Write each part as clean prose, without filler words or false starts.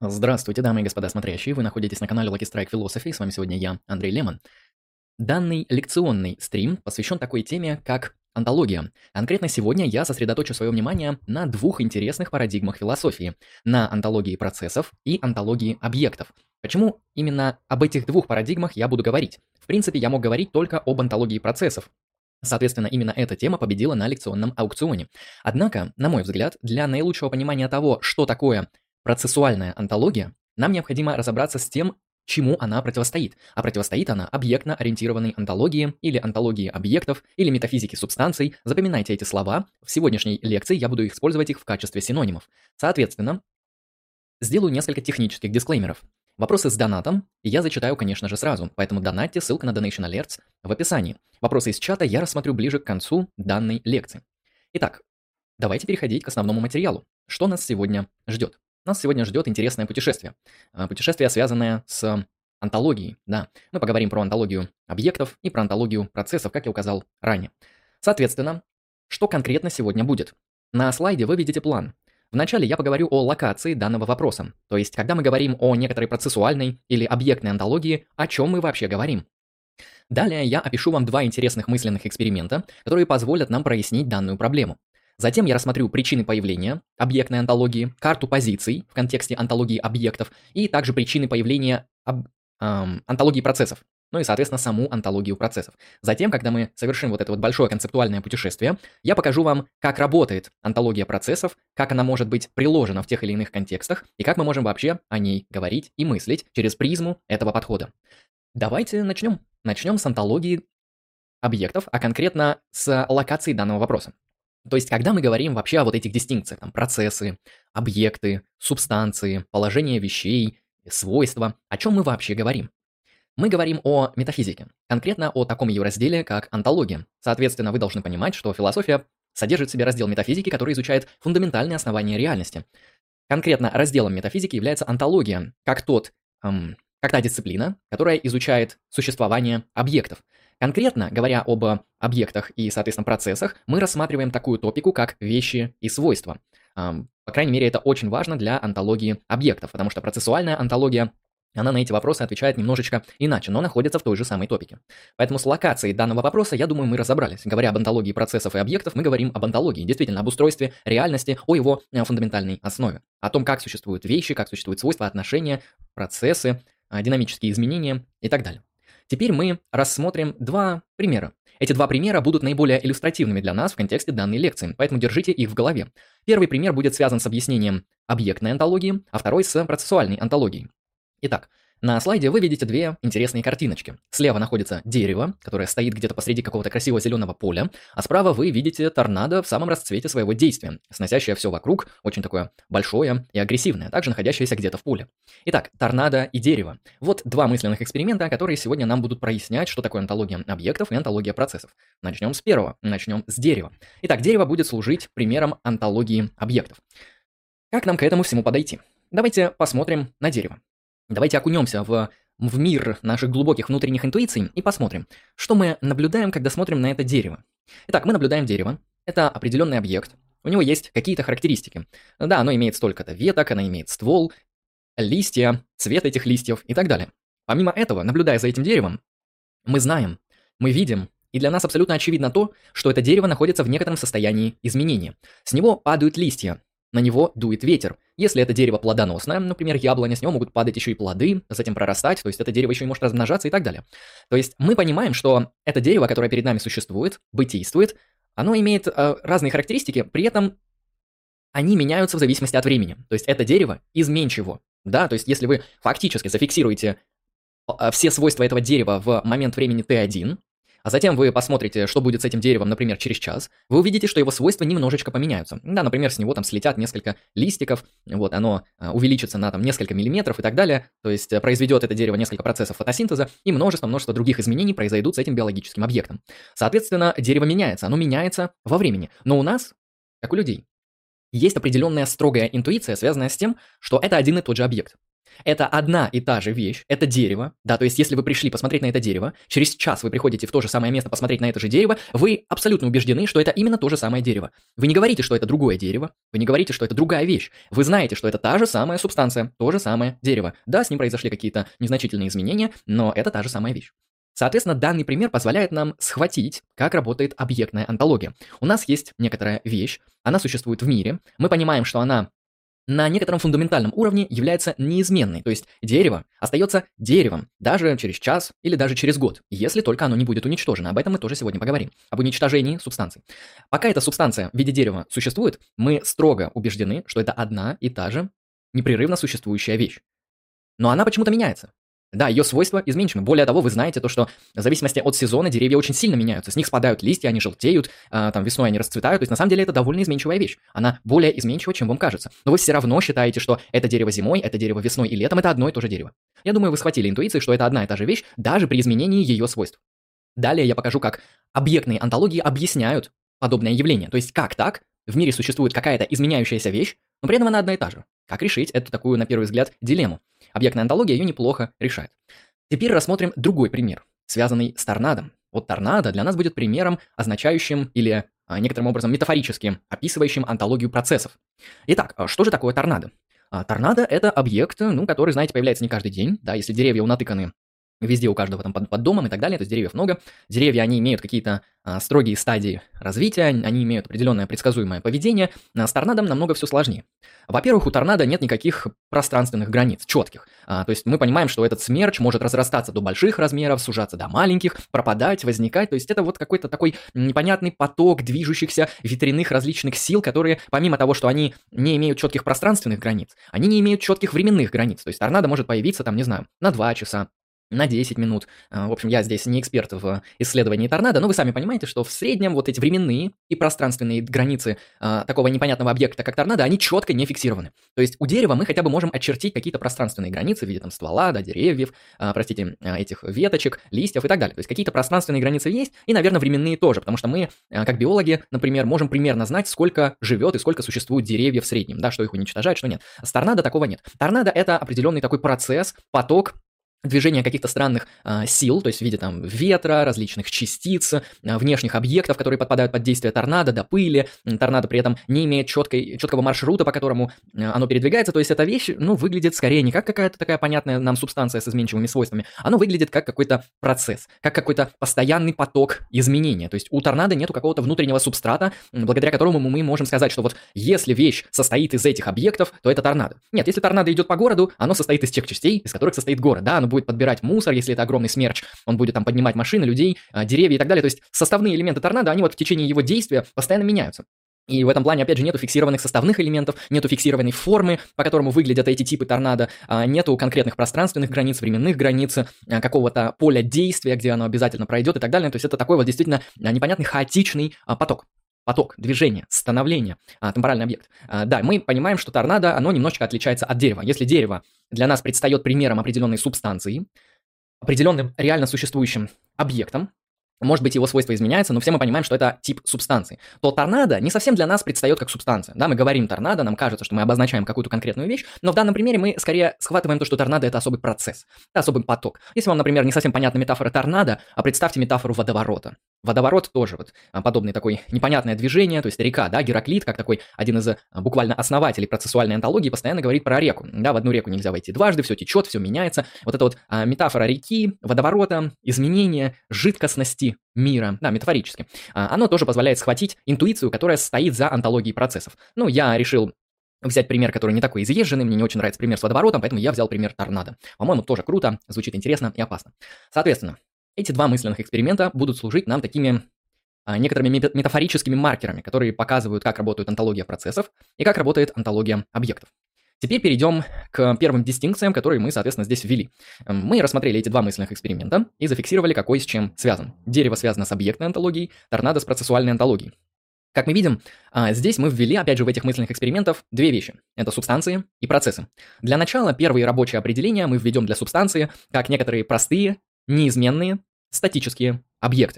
Здравствуйте, дамы и господа смотрящие. Вы находитесь на канале Lucky Strike Philosophy. С вами сегодня я, Андрей Лемон. Данный лекционный стрим посвящен такой теме, как онтология. Конкретно сегодня я сосредоточу свое внимание на двух интересных парадигмах философии. На онтологии процессов и онтологии объектов. Почему именно об этих двух парадигмах я буду говорить? В принципе, я мог говорить только об онтологии процессов. Соответственно, именно эта тема победила на лекционном аукционе. Однако, на мой взгляд, для наилучшего понимания того, что такое процессуальная онтология, нам необходимо разобраться с тем, чему она противостоит. А противостоит она объектно-ориентированной онтологии или онтологии объектов или метафизике субстанций. Запоминайте эти слова. В сегодняшней лекции я буду использовать их в качестве синонимов. Соответственно, сделаю несколько технических дисклеймеров. Вопросы с донатом я зачитаю, конечно же, сразу, поэтому донатьте, ссылка на Donation Alerts в описании. Вопросы из чата я рассмотрю ближе к концу данной лекции. Итак, давайте переходить к основному материалу. Что нас сегодня ждет? Нас сегодня ждет интересное путешествие. Путешествие, связанное с онтологией. Да, мы поговорим про онтологию объектов и про онтологию процессов, как я указал ранее. Соответственно, что конкретно сегодня будет? На слайде вы видите план. Вначале я поговорю о локации данного вопроса. То есть, когда мы говорим о некоторой процессуальной или объектной онтологии, о чем мы вообще говорим? Далее я опишу вам два интересных мысленных эксперимента, которые позволят нам прояснить данную проблему. Затем я рассмотрю причины появления объектной онтологии, карту позиций в контексте онтологии объектов и также причины появления онтологии процессов, ну и, соответственно, саму онтологию процессов. Затем, когда мы совершим вот это вот большое концептуальное путешествие, я покажу вам, как работает онтология процессов, как она может быть приложена в тех или иных контекстах и как мы можем вообще о ней говорить и мыслить через призму этого подхода. Давайте начнем. Начнем с онтологии объектов, а конкретно с локации данного вопроса. То есть, когда мы говорим вообще о вот этих дистинкциях, там, процессы, объекты, субстанции, положение вещей, свойства, о чем мы вообще говорим? Мы говорим о метафизике, конкретно о таком ее разделе, как онтология. Соответственно, вы должны понимать, что философия содержит в себе раздел метафизики, который изучает фундаментальные основания реальности. Конкретно разделом метафизики является онтология, как та дисциплина, которая изучает существование объектов. Конкретно говоря об объектах и, соответственно, процессах, мы рассматриваем такую топику, как вещи и свойства. По крайней мере, это очень важно для онтологии объектов, потому что процессуальная онтология, она на эти вопросы отвечает немножечко иначе, но находится в той же самой топике. Поэтому с локацией данного вопроса, я думаю, мы разобрались. Говоря об онтологии процессов и объектов, мы говорим об онтологии, действительно, об устройстве реальности, о его фундаментальной основе. О том, как существуют вещи, как существуют свойства, отношения, процессы, динамические изменения и так далее. Теперь мы рассмотрим два примера. Эти два примера будут наиболее иллюстративными для нас в контексте данной лекции, поэтому держите их в голове. Первый пример будет связан с объяснением объектной онтологии, а второй с процессуальной онтологией. Итак, на слайде вы видите две интересные картиночки. Слева находится дерево, которое стоит где-то посреди какого-то красивого зеленого поля, а справа вы видите торнадо в самом расцвете своего действия, сносящее все вокруг, очень такое большое и агрессивное, также находящееся где-то в поле. Итак, торнадо и дерево. Вот два мысленных эксперимента, которые сегодня нам будут прояснять, что такое онтология объектов и онтология процессов. Начнем с первого, начнем с дерева. Итак, дерево будет служить примером онтологии объектов. Как нам к этому всему подойти? Давайте посмотрим на дерево. Давайте окунемся в мир наших глубоких внутренних интуиций и посмотрим, что мы наблюдаем, когда смотрим на это дерево. Итак, мы наблюдаем дерево. Это определенный объект. У него есть какие-то характеристики. Да, оно имеет столько-то веток, оно имеет ствол, листья, цвет этих листьев и так далее. Помимо этого, наблюдая за этим деревом, мы знаем, мы видим, и для нас абсолютно очевидно то, что это дерево находится в некотором состоянии изменения. С него падают листья. На него дует ветер. Если это дерево плодоносное, например, яблоня, с него могут падать еще и плоды, затем прорастать, то есть это дерево еще и может размножаться и так далее. То есть мы понимаем, что это дерево, которое перед нами существует, бытийствует, оно имеет разные характеристики, при этом они меняются в зависимости от времени. То есть это дерево изменчиво. Да, то есть если вы фактически зафиксируете все свойства этого дерева в момент времени t1, а затем вы посмотрите, что будет с этим деревом, например, через час, вы увидите, что его свойства немножечко поменяются. Да, например, с него там слетят несколько листиков, вот, оно увеличится на там несколько миллиметров и так далее, то есть произведет это дерево несколько процессов фотосинтеза, и множество других изменений произойдут с этим биологическим объектом. Соответственно, дерево меняется, оно меняется во времени. Но у нас, как у людей, есть определенная строгая интуиция, связанная с тем, что это один и тот же объект. Это одна и та же вещь, это дерево, да, то есть если вы пришли посмотреть на это дерево, через час вы приходите в то же самое место посмотреть на это же дерево, вы абсолютно убеждены, что это именно то же самое дерево. Вы не говорите, что это другое дерево, вы не говорите, что это другая вещь. Вы знаете, что это та же самая субстанция, то же самое дерево. Да, с ним произошли какие-то незначительные изменения, но это та же самая вещь. Соответственно, данный пример позволяет нам схватить, как работает объектная онтология. У нас есть некоторая вещь, она существует в мире, мы понимаем, что она на некотором фундаментальном уровне является неизменной, то есть дерево остается деревом даже через час или даже через год, если только оно не будет уничтожено. Об этом мы тоже сегодня поговорим, об уничтожении субстанций. Пока эта субстанция в виде дерева существует, мы строго убеждены, что это одна и та же непрерывно существующая вещь. Но она почему-то меняется. Да, ее свойства изменчивы. Более того, вы знаете то, что в зависимости от сезона деревья очень сильно меняются. С них спадают листья, они желтеют, там весной они расцветают. То есть на самом деле это довольно изменчивая вещь. Она более изменчива, чем вам кажется. Но вы все равно считаете, что это дерево зимой, это дерево весной и летом, это одно и то же дерево. Я думаю, вы схватили интуицией, что это одна и та же вещь, даже при изменении ее свойств. Далее я покажу, как объектные онтологии объясняют подобное явление. То есть как так в мире существует какая-то изменяющаяся вещь, но при этом она одна и та же. Как решить эту такую, на первый взгляд, дилемму? Объектная онтология ее неплохо решает. Теперь рассмотрим другой пример, связанный с торнадом. Вот торнадо для нас будет примером, означающим или некоторым образом метафорически описывающим онтологию процессов. Итак, что же такое торнадо? Торнадо – это объект, который, знаете, появляется не каждый день. Да, если деревья унатыканы везде у каждого там под домом и так далее, то есть деревьев много. Деревья, они имеют какие-то строгие стадии развития, они имеют определенное предсказуемое поведение. С торнадом намного все сложнее. Во-первых, у торнадо нет никаких пространственных границ, четких. То есть мы понимаем, что этот смерч может разрастаться до больших размеров, сужаться до маленьких, пропадать, возникать. То есть это вот какой-то такой непонятный поток движущихся ветряных различных сил, которые, помимо того, что они не имеют четких пространственных границ, они не имеют четких временных границ. То есть торнадо может появиться, там, не знаю, на 2 часа, на 10 минут. В общем, я здесь не эксперт в исследовании торнадо, но вы сами понимаете, что в среднем вот эти временные и пространственные границы такого непонятного объекта, как торнадо, они четко не фиксированы. То есть у дерева мы хотя бы можем очертить какие-то пространственные границы в виде там ствола, да, деревьев, этих веточек, листьев и так далее. То есть какие-то пространственные границы есть, и, наверное, временные тоже, потому что мы, как биологи, например, можем примерно знать, сколько живет и сколько существует деревьев в среднем, да, что их уничтожает, что нет. С торнадо такого нет. Торнадо – это определенный такой процесс, поток, движение каких-то странных сил, то есть в виде там ветра, различных частиц, внешних объектов, которые подпадают под действие торнадо, до пыли. Торнадо при этом не имеет четкого маршрута, по которому оно передвигается. То есть эта вещь, выглядит скорее не как какая-то такая понятная нам субстанция с изменчивыми свойствами, оно выглядит как какой-то процесс, как какой-то постоянный поток изменения. То есть у торнадо нету какого-то внутреннего субстрата, благодаря которому мы можем сказать, что вот если вещь состоит из этих объектов, то это торнадо. Нет, если торнадо идет по городу, оно состоит из тех частей, из которых состоит город. Да, оно будет подбирать мусор, если это огромный смерч, он будет там поднимать машины, людей, деревья и так далее. То есть составные элементы торнадо, они вот в течение его действия постоянно меняются. И в этом плане, опять же, нету фиксированных составных элементов, нету фиксированной формы, по которому выглядят эти типы торнадо, нету конкретных пространственных границ, временных границ, какого-то поля действия, где оно обязательно пройдет и так далее. То есть это такой вот действительно непонятный хаотичный поток. Поток, движение, становление, темпоральный объект. Да, мы понимаем, что торнадо, оно немножечко отличается от дерева. Если дерево для нас предстает примером определенной субстанции, определенным реально существующим объектом, может быть, его свойства изменяются, но все мы понимаем, что это тип субстанции, то торнадо не совсем для нас предстает как субстанция. Да, мы говорим торнадо, нам кажется, что мы обозначаем какую-то конкретную вещь, но в данном примере мы скорее схватываем то, что торнадо – это особый процесс, это особый поток. Если вам, например, не совсем понятна метафора торнадо, представьте метафору водоворота. Водоворот тоже вот подобное такое непонятное движение, то есть река, да, Гераклит, как такой один из буквально основателей процессуальной онтологии, постоянно говорит про реку. Да, в одну реку нельзя войти дважды, все течет, все меняется. Вот эта вот метафора реки, водоворота, изменения, жидкостности мира, да, метафорически, оно тоже позволяет схватить интуицию, которая стоит за онтологией процессов. Я решил взять пример, который не такой изъезженный, мне не очень нравится пример с водоворотом, поэтому я взял пример торнадо. По-моему, тоже круто, звучит интересно и опасно. Соответственно, эти два мысленных эксперимента будут служить нам такими некоторыми метафорическими маркерами, которые показывают, как работает онтология процессов и как работает онтология объектов. Теперь перейдем к первым дистинкциям, которые мы, соответственно, здесь ввели. Мы рассмотрели эти два мысленных эксперимента и зафиксировали, какой с чем связан. Дерево связано с объектной онтологией, торнадо с процессуальной онтологией. Как мы видим, здесь мы ввели, опять же, в этих мысленных экспериментах две вещи. Это субстанции и процессы. Для начала первые рабочие определения мы введем для субстанции как некоторые простые, неизменные, статические объекты.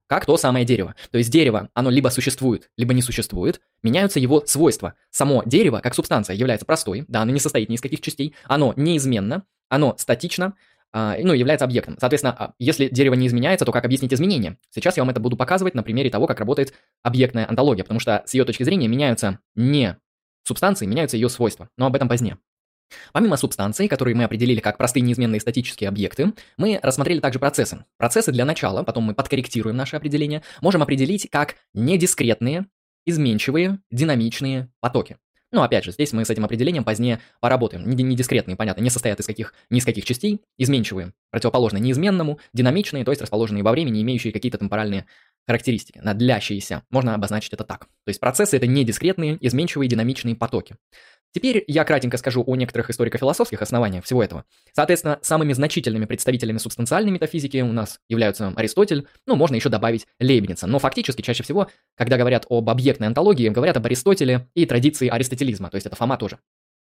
как то самое дерево. То есть дерево, оно либо существует, либо не существует, меняются его свойства. Само дерево, как субстанция, является простой, да, оно не состоит ни из каких частей, оно неизменно, оно статично, ну, является объектом. Соответственно, если дерево не изменяется, то как объяснить изменения? Сейчас я вам это буду показывать на примере того, как работает объектная онтология, потому что с ее точки зрения меняются не субстанции, меняются ее свойства, но об этом позднее. Помимо субстанций, которые мы определили как простые неизменные статические объекты, мы рассмотрели также процессы. Процессы для начала, потом мы подкорректируем наше определение, можем определить как недискретные, изменчивые, динамичные потоки. Ну, опять же, здесь мы с этим определением позднее поработаем. Недискретные, понятно, не состоят ни из каких частей, изменчивые, противоположно неизменному, динамичные, то есть расположенные во времени, имеющие какие-то темпоральные характеристики, длящиеся. Можно обозначить это так. То есть процессы — это недискретные, изменчивые, динамичные потоки. Теперь я кратенько скажу о некоторых историко-философских основаниях всего этого. Соответственно, самыми значительными представителями субстанциальной метафизики у нас являются Аристотель, ну, можно еще добавить Лейбница. Но фактически чаще всего, когда говорят об объектной онтологии, говорят об Аристотеле и традиции аристотелизма, то есть это Фома тоже.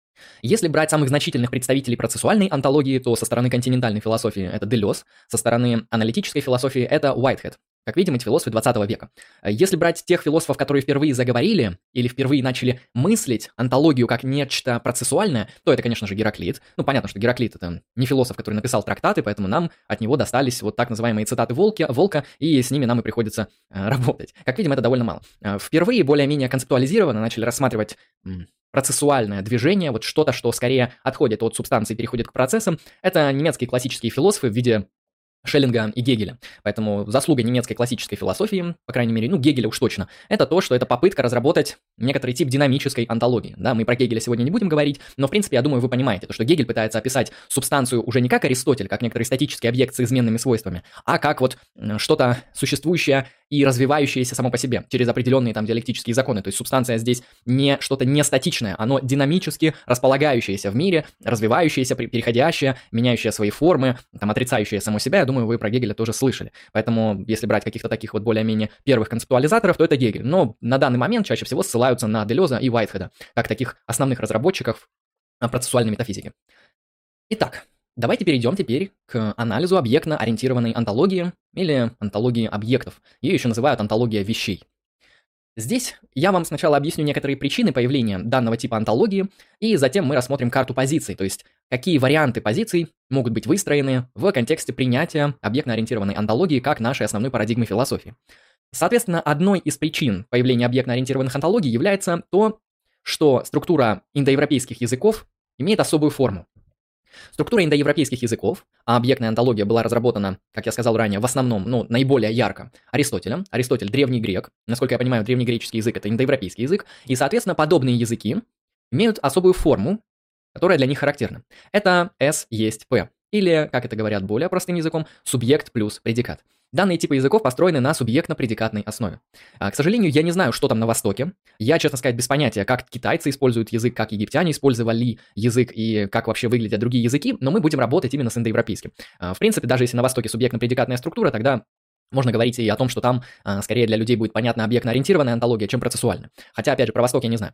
Если брать самых значительных представителей процессуальной онтологии, то со стороны континентальной философии это Делез, со стороны аналитической философии это Уайтхед. Как видим, эти философы 20 века. Если брать тех философов, которые впервые заговорили или впервые начали мыслить онтологию как нечто процессуальное, то это, конечно же, Гераклит. Ну, понятно, что Гераклит — это не философ, который написал трактаты, поэтому нам от него достались вот так называемые цитаты Волка, и с ними нам и приходится работать. Как видим, это довольно мало. Впервые более-менее концептуализированно начали рассматривать процессуальное движение, вот что-то, что скорее отходит от субстанции и переходит к процессам. Это немецкие классические философы в виде Шеллинга и Гегеля. Поэтому заслуга немецкой классической философии, по крайней мере, ну, Гегеля уж точно, это то, что это попытка разработать некоторый тип динамической онтологии. Да, мы про Гегеля сегодня не будем говорить, но, в принципе, я думаю, вы понимаете, то, что Гегель пытается описать субстанцию уже не как Аристотель, как некоторый статический объект с изменными свойствами, а как вот что-то существующее и развивающееся само по себе через определенные там диалектические законы. То есть субстанция здесь не что-то не статичное, оно динамически располагающееся в мире, развивающееся, переходящее, меняющее свои формы, там, отрицающее само себя. Я думаю, вы про Гегеля тоже слышали. Поэтому, если брать каких-то таких вот более-менее первых концептуализаторов, то это Гегель. Но на данный момент чаще всего ссылаются на Делеза и Уайтхеда, как таких основных разработчиков процессуальной метафизики. Итак, давайте перейдем теперь к анализу объектно-ориентированной онтологии или онтологии объектов. Ее еще называют онтология вещей. Здесь я вам сначала объясню некоторые причины появления данного типа онтологии, и затем мы рассмотрим карту позиций, то есть какие варианты позиций могут быть выстроены в контексте принятия объектно-ориентированной онтологии как нашей основной парадигмы философии. Соответственно, одной из причин появления объектно-ориентированных онтологий является то, что структура индоевропейских языков имеет особую форму. Структура индоевропейских языков, а объектная онтология была разработана, как я сказал ранее, в основном, ну, наиболее ярко Аристотелем. Аристотель — древний грек. Насколько я понимаю, древнегреческий язык — это индоевропейский язык. И, соответственно, подобные языки имеют особую форму, которая для них характерна. Это S есть P. Или, как это говорят более простым языком, субъект плюс предикат. Данные типы языков построены на субъектно-предикатной основе. К сожалению, я не знаю, что там на Востоке. Я, честно сказать, без понятия, как китайцы используют язык, как египтяне использовали язык и как вообще выглядят другие языки, но мы будем работать именно с индоевропейским. В принципе, даже если на Востоке субъектно-предикатная структура, тогда можно говорить и о том, что там скорее для людей будет понятна объектно-ориентированная онтология, чем процессуальная. Хотя, опять же, про Восток я не знаю.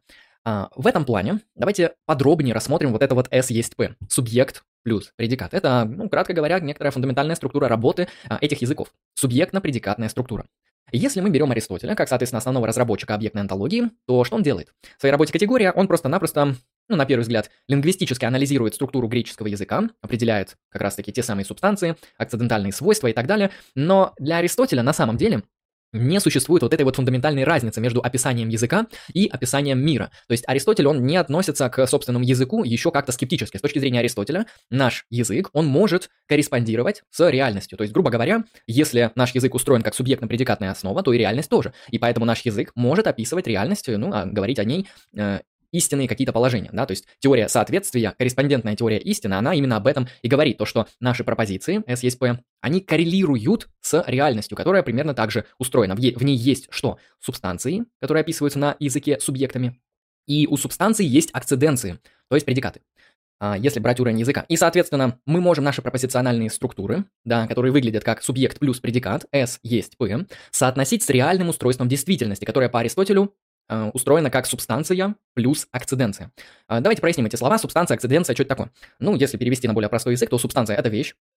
В этом плане давайте подробнее рассмотрим вот это вот S есть P. Субъект плюс предикат. Это, ну, кратко говоря, некоторая фундаментальная структура работы этих языков. Субъектно-предикатная структура. Если мы берем Аристотеля, как, соответственно, основного разработчика объектной онтологии, то что он делает? В своей работе «Категория» он просто-напросто, ну, на первый взгляд, лингвистически анализирует структуру греческого языка, определяет как раз-таки те самые субстанции, акцидентальные свойства и так далее. Но для Аристотеля на самом деле не существует вот этой вот фундаментальной разницы между описанием языка и описанием мира. То есть Аристотель, он не относится к собственному языку еще как-то скептически. С точки зрения Аристотеля, наш язык, он может корреспондировать с реальностью. То есть, грубо говоря, если наш язык устроен как субъектно-предикатная основа, то и реальность тоже. И поэтому наш язык может описывать реальность, ну, говорить о ней истинные какие-то положения, да, то есть теория соответствия, корреспондентная теория истины, она именно об этом и говорит, то, что наши пропозиции, S есть P, они коррелируют с реальностью, которая примерно так же устроена. В ней есть что? Субстанции, которые описываются на языке субъектами, и у субстанций есть акциденции, то есть предикаты, если брать уровень языка. И, соответственно, мы можем наши пропозициональные структуры, да, которые выглядят как субъект плюс предикат, S есть P, соотносить с реальным устройством действительности, которое по Аристотелю устроена как субстанция плюс акциденция. Давайте проясним эти слова. Субстанция, акциденция, что это такое? Ну, если перевести на более простой язык, то субстанция — это вещь.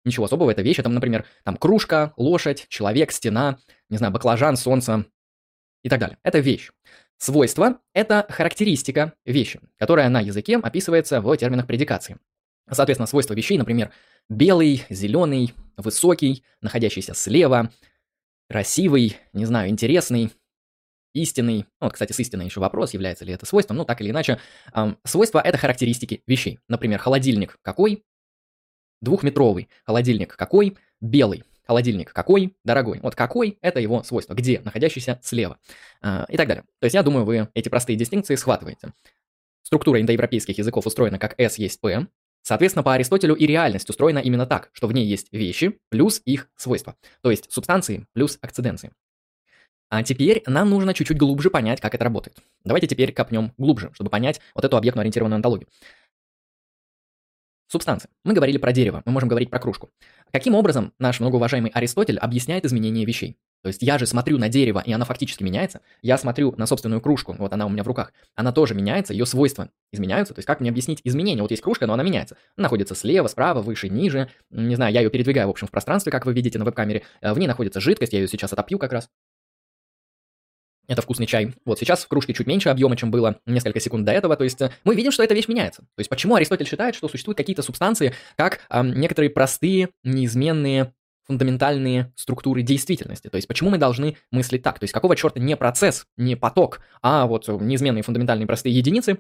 ничего особого, это вещи, там, например, там кружка, лошадь, человек, стена, не знаю, баклажан, солнце и так далее. Это вещь. Свойство– это характеристика вещи, которая на языке описывается в терминах предикации. Соответственно, свойства вещей, например, белый, зеленый, высокий, находящийся слева, красивый, не знаю, интересный, истинный. Ну, вот, кстати, с истиной еще вопрос, является ли это свойством, но так или иначе. Свойства– это характеристики вещей. Например, холодильник какой? Двухметровый. Холодильник какой? Белый. Холодильник какой? Дорогой. Вот какой – это его свойство. Где? Находящийся слева. И так далее. То есть я думаю, вы эти простые дистинкции схватываете. Структура индоевропейских языков устроена как S есть P. Соответственно, по Аристотелю и реальность устроена именно так, что в ней есть вещи плюс их свойства. То есть субстанции плюс акциденции. А теперь нам нужно чуть-чуть глубже понять, как это работает. Давайте теперь копнем глубже, чтобы понять вот эту объектно-ориентированную онтологию. Субстанции. Мы говорили про дерево, мы можем говорить про кружку. Каким образом наш многоуважаемый Аристотель объясняет изменение вещей? То есть я же смотрю на дерево, и оно фактически меняется. Я смотрю на собственную кружку, вот она у меня в руках. Она тоже меняется, ее свойства изменяются. То есть как мне объяснить изменения? Вот есть кружка, но она меняется. Она находится слева, справа, выше, ниже. Не знаю, я ее передвигаю, в общем, в пространстве, как вы видите на веб-камере. В ней находится жидкость, я ее сейчас отопью как раз. Это вкусный чай. Вот сейчас в кружке чуть меньше объема, чем было несколько секунд до этого. То есть мы видим, что эта вещь меняется. То есть почему Аристотель считает, что существуют какие-то субстанции, как некоторые простые, неизменные, фундаментальные структуры действительности. То есть почему мы должны мыслить так? То есть какого черта не процесс, не поток, а вот неизменные, фундаментальные, простые единицы.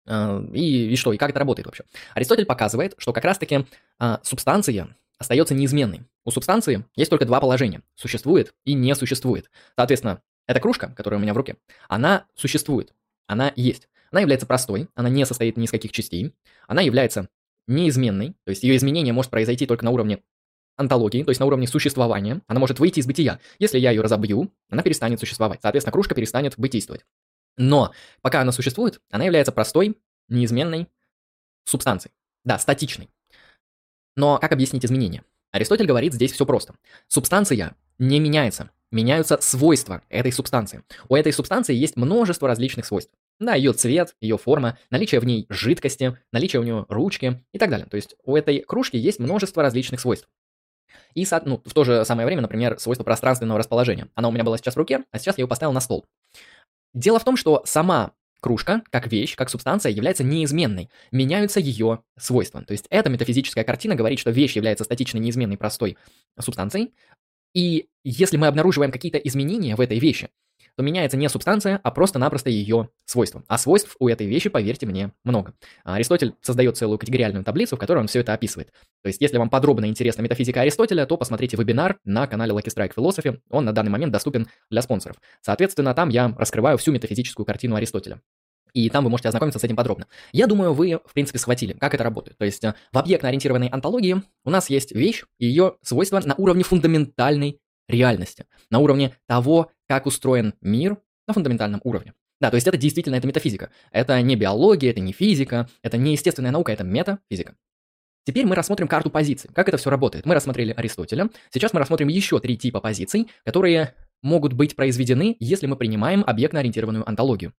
И что, и как это работает вообще? Аристотель показывает, что как раз-таки субстанция остается неизменной. У субстанции есть только два положения. Существует и не существует. Соответственно, эта кружка, которая у меня в руке, она существует, она есть. Она является простой, она не состоит ни из каких частей, она является неизменной, то есть ее изменение может произойти только на уровне онтологии, то есть на уровне существования, она может выйти из бытия. Если я ее разобью, она перестанет существовать, соответственно, кружка перестанет бытийствовать. Но пока она существует, она является простой, неизменной субстанцией. Да, статичной. Но как объяснить изменения? Аристотель говорит, здесь все просто. Субстанция не меняется. Меняются свойства этой субстанции. У этой субстанции есть множество различных свойств. Да, ее цвет, ее форма, наличие в ней жидкости, наличие у нее ручки и так далее. То есть у этой кружки есть множество различных свойств. И в то же самое время, например, свойство пространственного расположения. Она у меня была сейчас в руке, а сейчас я ее поставил на стол. Дело в том, что сама кружка, как вещь, как субстанция, является неизменной. Меняются ее свойства. То есть эта метафизическая картина говорит, что вещь является статичной, неизменной, простой субстанцией. И если мы обнаруживаем какие-то изменения в этой вещи, то меняется не субстанция, а просто-напросто ее свойства. А свойств у этой вещи, поверьте мне, много. Аристотель создает целую категориальную таблицу, в которой он все это описывает. То есть, если вам подробно интересна метафизика Аристотеля, то посмотрите вебинар на канале Lucky Strike Philosophy. Он на данный момент доступен для спонсоров. Соответственно, там я раскрываю всю метафизическую картину Аристотеля. И там вы можете ознакомиться с этим подробно. Я думаю, вы, в принципе, схватили, как это работает. То есть в объектно-ориентированной онтологии у нас есть вещь и ее свойства на уровне фундаментальной реальности, на уровне того, как устроен мир на фундаментальном уровне. Да, то есть это действительно это метафизика. Это не биология, это не физика, это не естественная наука, это метафизика. Теперь мы рассмотрим карту позиций. Как это все работает? Мы рассмотрели Аристотеля. Сейчас мы рассмотрим еще 3 типа позиций, которые могут быть произведены, если мы принимаем объектно-ориентированную онтологию.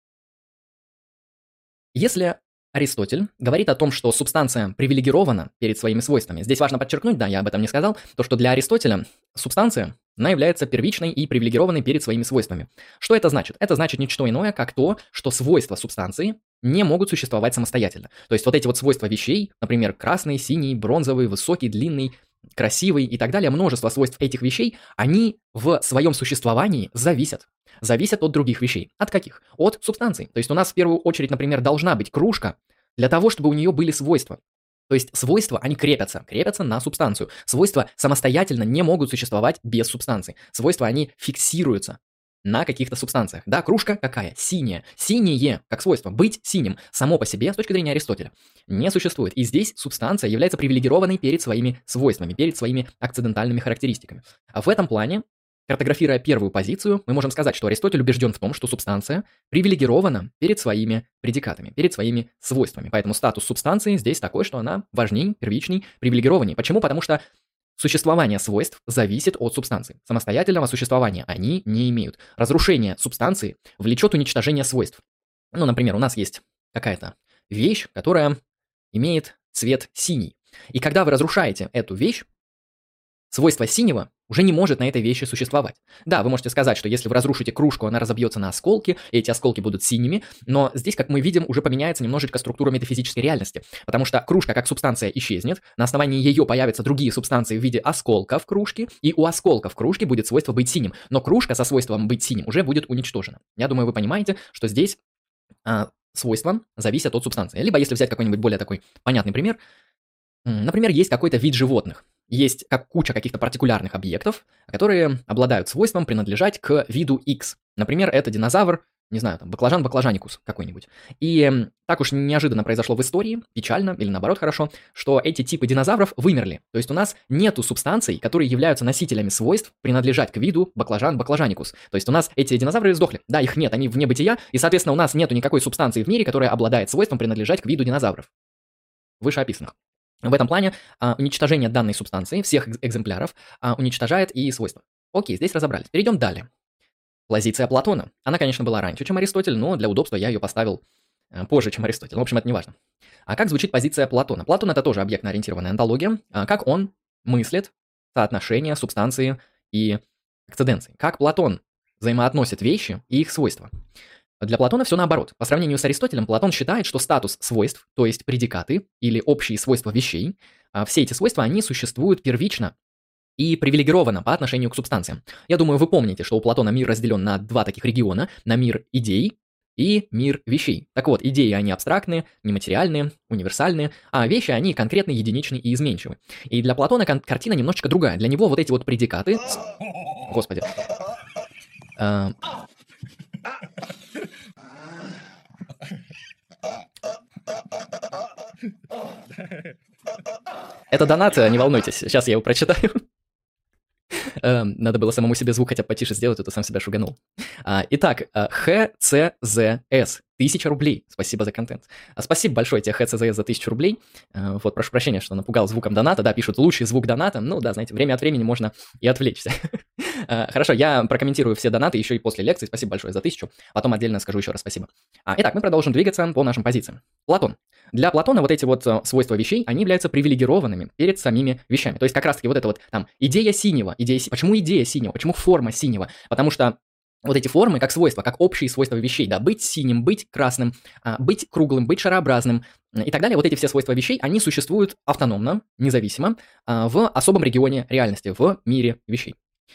Если Аристотель говорит о том, что субстанция привилегирована перед своими свойствами, здесь важно подчеркнуть, да, я об этом не сказал, то, что для Аристотеля субстанция, она является первичной и привилегированной перед своими свойствами. Что это значит? Это значит не что иное, как то, что свойства субстанции не могут существовать самостоятельно. То есть вот эти вот свойства вещей, например, красный, синий, бронзовый, высокий, длинный, красивый и так далее, множество свойств этих вещей, они в своем существовании зависят от других вещей. От каких? От субстанций. То есть у нас в первую очередь, например, должна быть кружка для того, чтобы у нее были свойства. То есть свойства, они крепятся на субстанцию. Свойства самостоятельно не могут существовать без субстанции. Свойства, они фиксируются на каких-то субстанциях. Да, кружка какая? Синяя. Синее, как свойство, быть синим, само по себе, с точки зрения Аристотеля, не существует. И здесь субстанция является привилегированной перед своими свойствами, перед своими акцидентальными характеристиками. А в этом плане, картографируя первую позицию, мы можем сказать, что Аристотель убежден в том, что субстанция привилегирована перед своими предикатами, перед своими свойствами. Поэтому статус субстанции здесь такой, что она важней, первичней, привилегированней. Почему? Потому что существование свойств зависит от субстанции. Самостоятельного существования они не имеют. Разрушение субстанции влечет уничтожение свойств. Ну, например, у нас есть какая-то вещь, которая имеет цвет синий. И когда вы разрушаете эту вещь, свойство синего уже не может на этой вещи существовать. Да, вы можете сказать, что если вы разрушите кружку, она разобьется на осколки, и эти осколки будут синими, но здесь, как мы видим, уже поменяется немножечко структура метафизической реальности, потому что кружка как субстанция исчезнет, на основании ее появятся другие субстанции в виде осколков кружки, и у осколков кружки будет свойство быть синим, но кружка со свойством быть синим уже будет уничтожена. Я думаю, вы понимаете, что здесь свойства зависят от субстанции. Либо если взять какой-нибудь более такой понятный пример, например, есть какой-то вид животных, есть как куча каких-то партикулярных объектов, которые обладают свойством принадлежать к виду X. Например, это динозавр, не знаю, там, баклажан баклажаникус какой-нибудь. И так уж неожиданно произошло в истории, печально или наоборот хорошо, что эти типы динозавров вымерли. То есть у нас нету субстанций, которые являются носителями свойств принадлежать к виду баклажан баклажаникус. То есть у нас эти динозавры сдохли. Да, их нет, они вне бытия, и, соответственно, у нас нету никакой субстанции в мире, которая обладает свойством принадлежать к виду динозавров, вышеописанных. В этом плане уничтожение данной субстанции, всех экземпляров, уничтожает и свойства. Окей, здесь разобрались. Перейдем далее. Позиция Платона. Она, конечно, была раньше, чем Аристотель, но для удобства я ее поставил позже, чем Аристотель. В общем, это не важно. А как звучит позиция Платона? Платон — это тоже объектно-ориентированная онтология. Как он мыслит соотношение субстанции и акциденции? Как Платон взаимоотносит вещи и их свойства? Для Платона все наоборот. По сравнению с Аристотелем, Платон считает, что статус свойств, то есть предикаты или общие свойства вещей, все эти свойства, они существуют первично и привилегированно по отношению к субстанциям. Я думаю, вы помните, что у Платона мир разделен на два таких региона, на мир идей и мир вещей. Так вот, идеи, они абстрактные, нематериальные, универсальные, а вещи, они конкретные, единичные и изменчивы. И для Платона картина немножечко другая. Для него вот эти вот предикаты... Господи... Это донат, не волнуйтесь, сейчас я его прочитаю. Надо было самому себе звук хотя бы потише сделать, а то сам себя шуганул. Итак, ХЦЗС, 1000 рублей. Спасибо за контент. Спасибо большое тебе, ХЦЗС, за 1000 рублей. Вот, прошу прощения, что напугал звуком доната. Да, пишут лучший звук доната. Ну да, знаете, время от времени можно и отвлечься. Хорошо, я прокомментирую все донаты еще и после лекции. Спасибо большое за 1000. Потом отдельно скажу еще раз спасибо. Итак, мы продолжим двигаться по нашим позициям. Платон. Для Платона вот эти вот свойства вещей, они являются привилегированными перед самими вещами. То есть как раз-таки вот это вот там идея синего. Почему идея синего? Почему форма синего? Потому что вот эти формы как свойства, как общие свойства вещей, да, быть синим, быть красным, быть круглым, быть шарообразным и так далее, вот эти все свойства вещей, они существуют автономно, независимо, в особом регионе реальности, в мире вещей.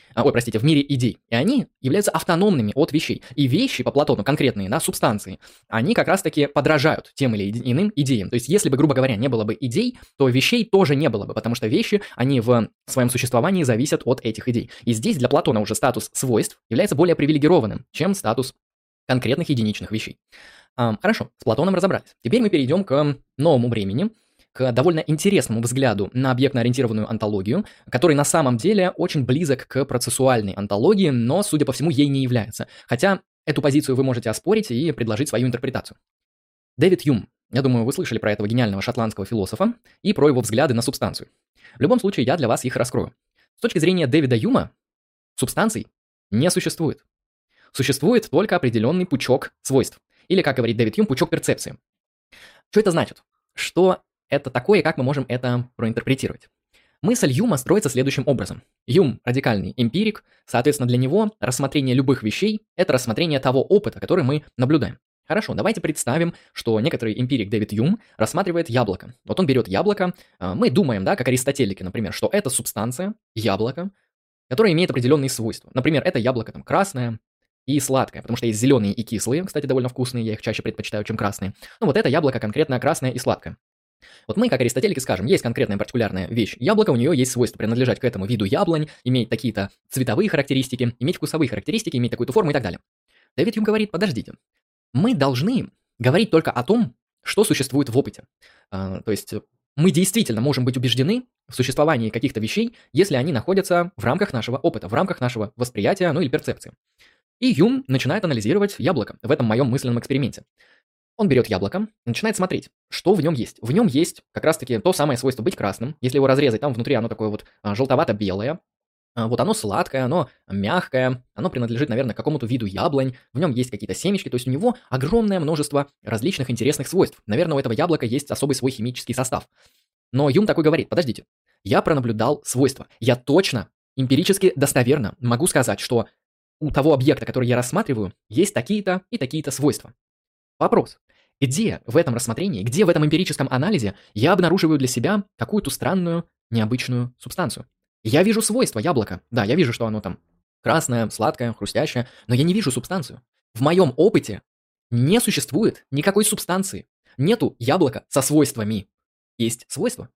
В мире идей. И они являются автономными от вещей. И вещи по Платону, конкретные, да, субстанции, они как раз-таки подражают тем или иным идеям. То есть, если бы, грубо говоря, не было бы идей, то вещей тоже не было бы, потому что вещи, они в своем существовании зависят от этих идей. И здесь для Платона уже статус свойств является более привилегированным, чем статус конкретных единичных вещей. Хорошо, с Платоном разобрались. Теперь мы перейдем к новому времени, к довольно интересному взгляду на объектно-ориентированную онтологию, который на самом деле очень близок к процессуальной онтологии, но, судя по всему, ей не является. Хотя эту позицию вы можете оспорить и предложить свою интерпретацию. Дэвид Юм. Я думаю, вы слышали про этого гениального шотландского философа и про его взгляды на субстанцию. В любом случае, я для вас их раскрою. С точки зрения Дэвида Юма, субстанций не существует. Существует только определенный пучок свойств. Или, как говорит Дэвид Юм, пучок перцепции. Что это значит? Что это такое, как мы можем это проинтерпретировать? Мысль Юма строится следующим образом. Юм – радикальный эмпирик, соответственно, для него рассмотрение любых вещей – это рассмотрение того опыта, который мы наблюдаем. Хорошо, давайте представим, что некоторый эмпирик Дэвид Юм рассматривает яблоко. Вот он берет яблоко, мы думаем, да, как аристотелики, например, что это субстанция, яблоко, которая имеет определенные свойства. Например, это яблоко там красное и сладкое, потому что есть зеленые и кислые, кстати, довольно вкусные, я их чаще предпочитаю, чем красные. Но вот это яблоко конкретно красное и сладкое. Вот мы, как аристотелики, скажем, есть конкретная партикулярная вещь. Яблоко, у нее есть свойство принадлежать к этому виду яблонь, иметь такие-то цветовые характеристики, иметь вкусовые характеристики, иметь такую-то форму и так далее. Дэвид Юм говорит, подождите, мы должны говорить только о том, что существует в опыте. То есть мы действительно можем быть убеждены в существовании каких-то вещей, если они находятся в рамках нашего опыта, в рамках нашего восприятия, ну или перцепции. И Юм начинает анализировать яблоко в этом моем мысленном эксперименте. Он берет яблоко, начинает смотреть, что в нем есть. В нем есть как раз-таки то самое свойство быть красным. Если его разрезать, там внутри оно такое вот желтовато-белое. Вот оно сладкое, оно мягкое, оно принадлежит, наверное, к какому-то виду яблонь. В нем есть какие-то семечки, то есть у него огромное множество различных интересных свойств. Наверное, у этого яблока есть особый свой химический состав. Но Юм такой говорит, подождите, Я пронаблюдал свойства. Я точно, эмпирически достоверно могу сказать, что у того объекта, который я рассматриваю, есть такие-то и такие-то свойства. Вопрос. Где в этом рассмотрении, где в этом эмпирическом анализе я обнаруживаю для себя какую-то странную, необычную субстанцию? Я вижу свойства яблока. Да, я вижу, что оно там красное, сладкое, хрустящее, но я не вижу субстанцию. В моем опыте не существует никакой субстанции. Нету яблока со свойствами. Есть свойства.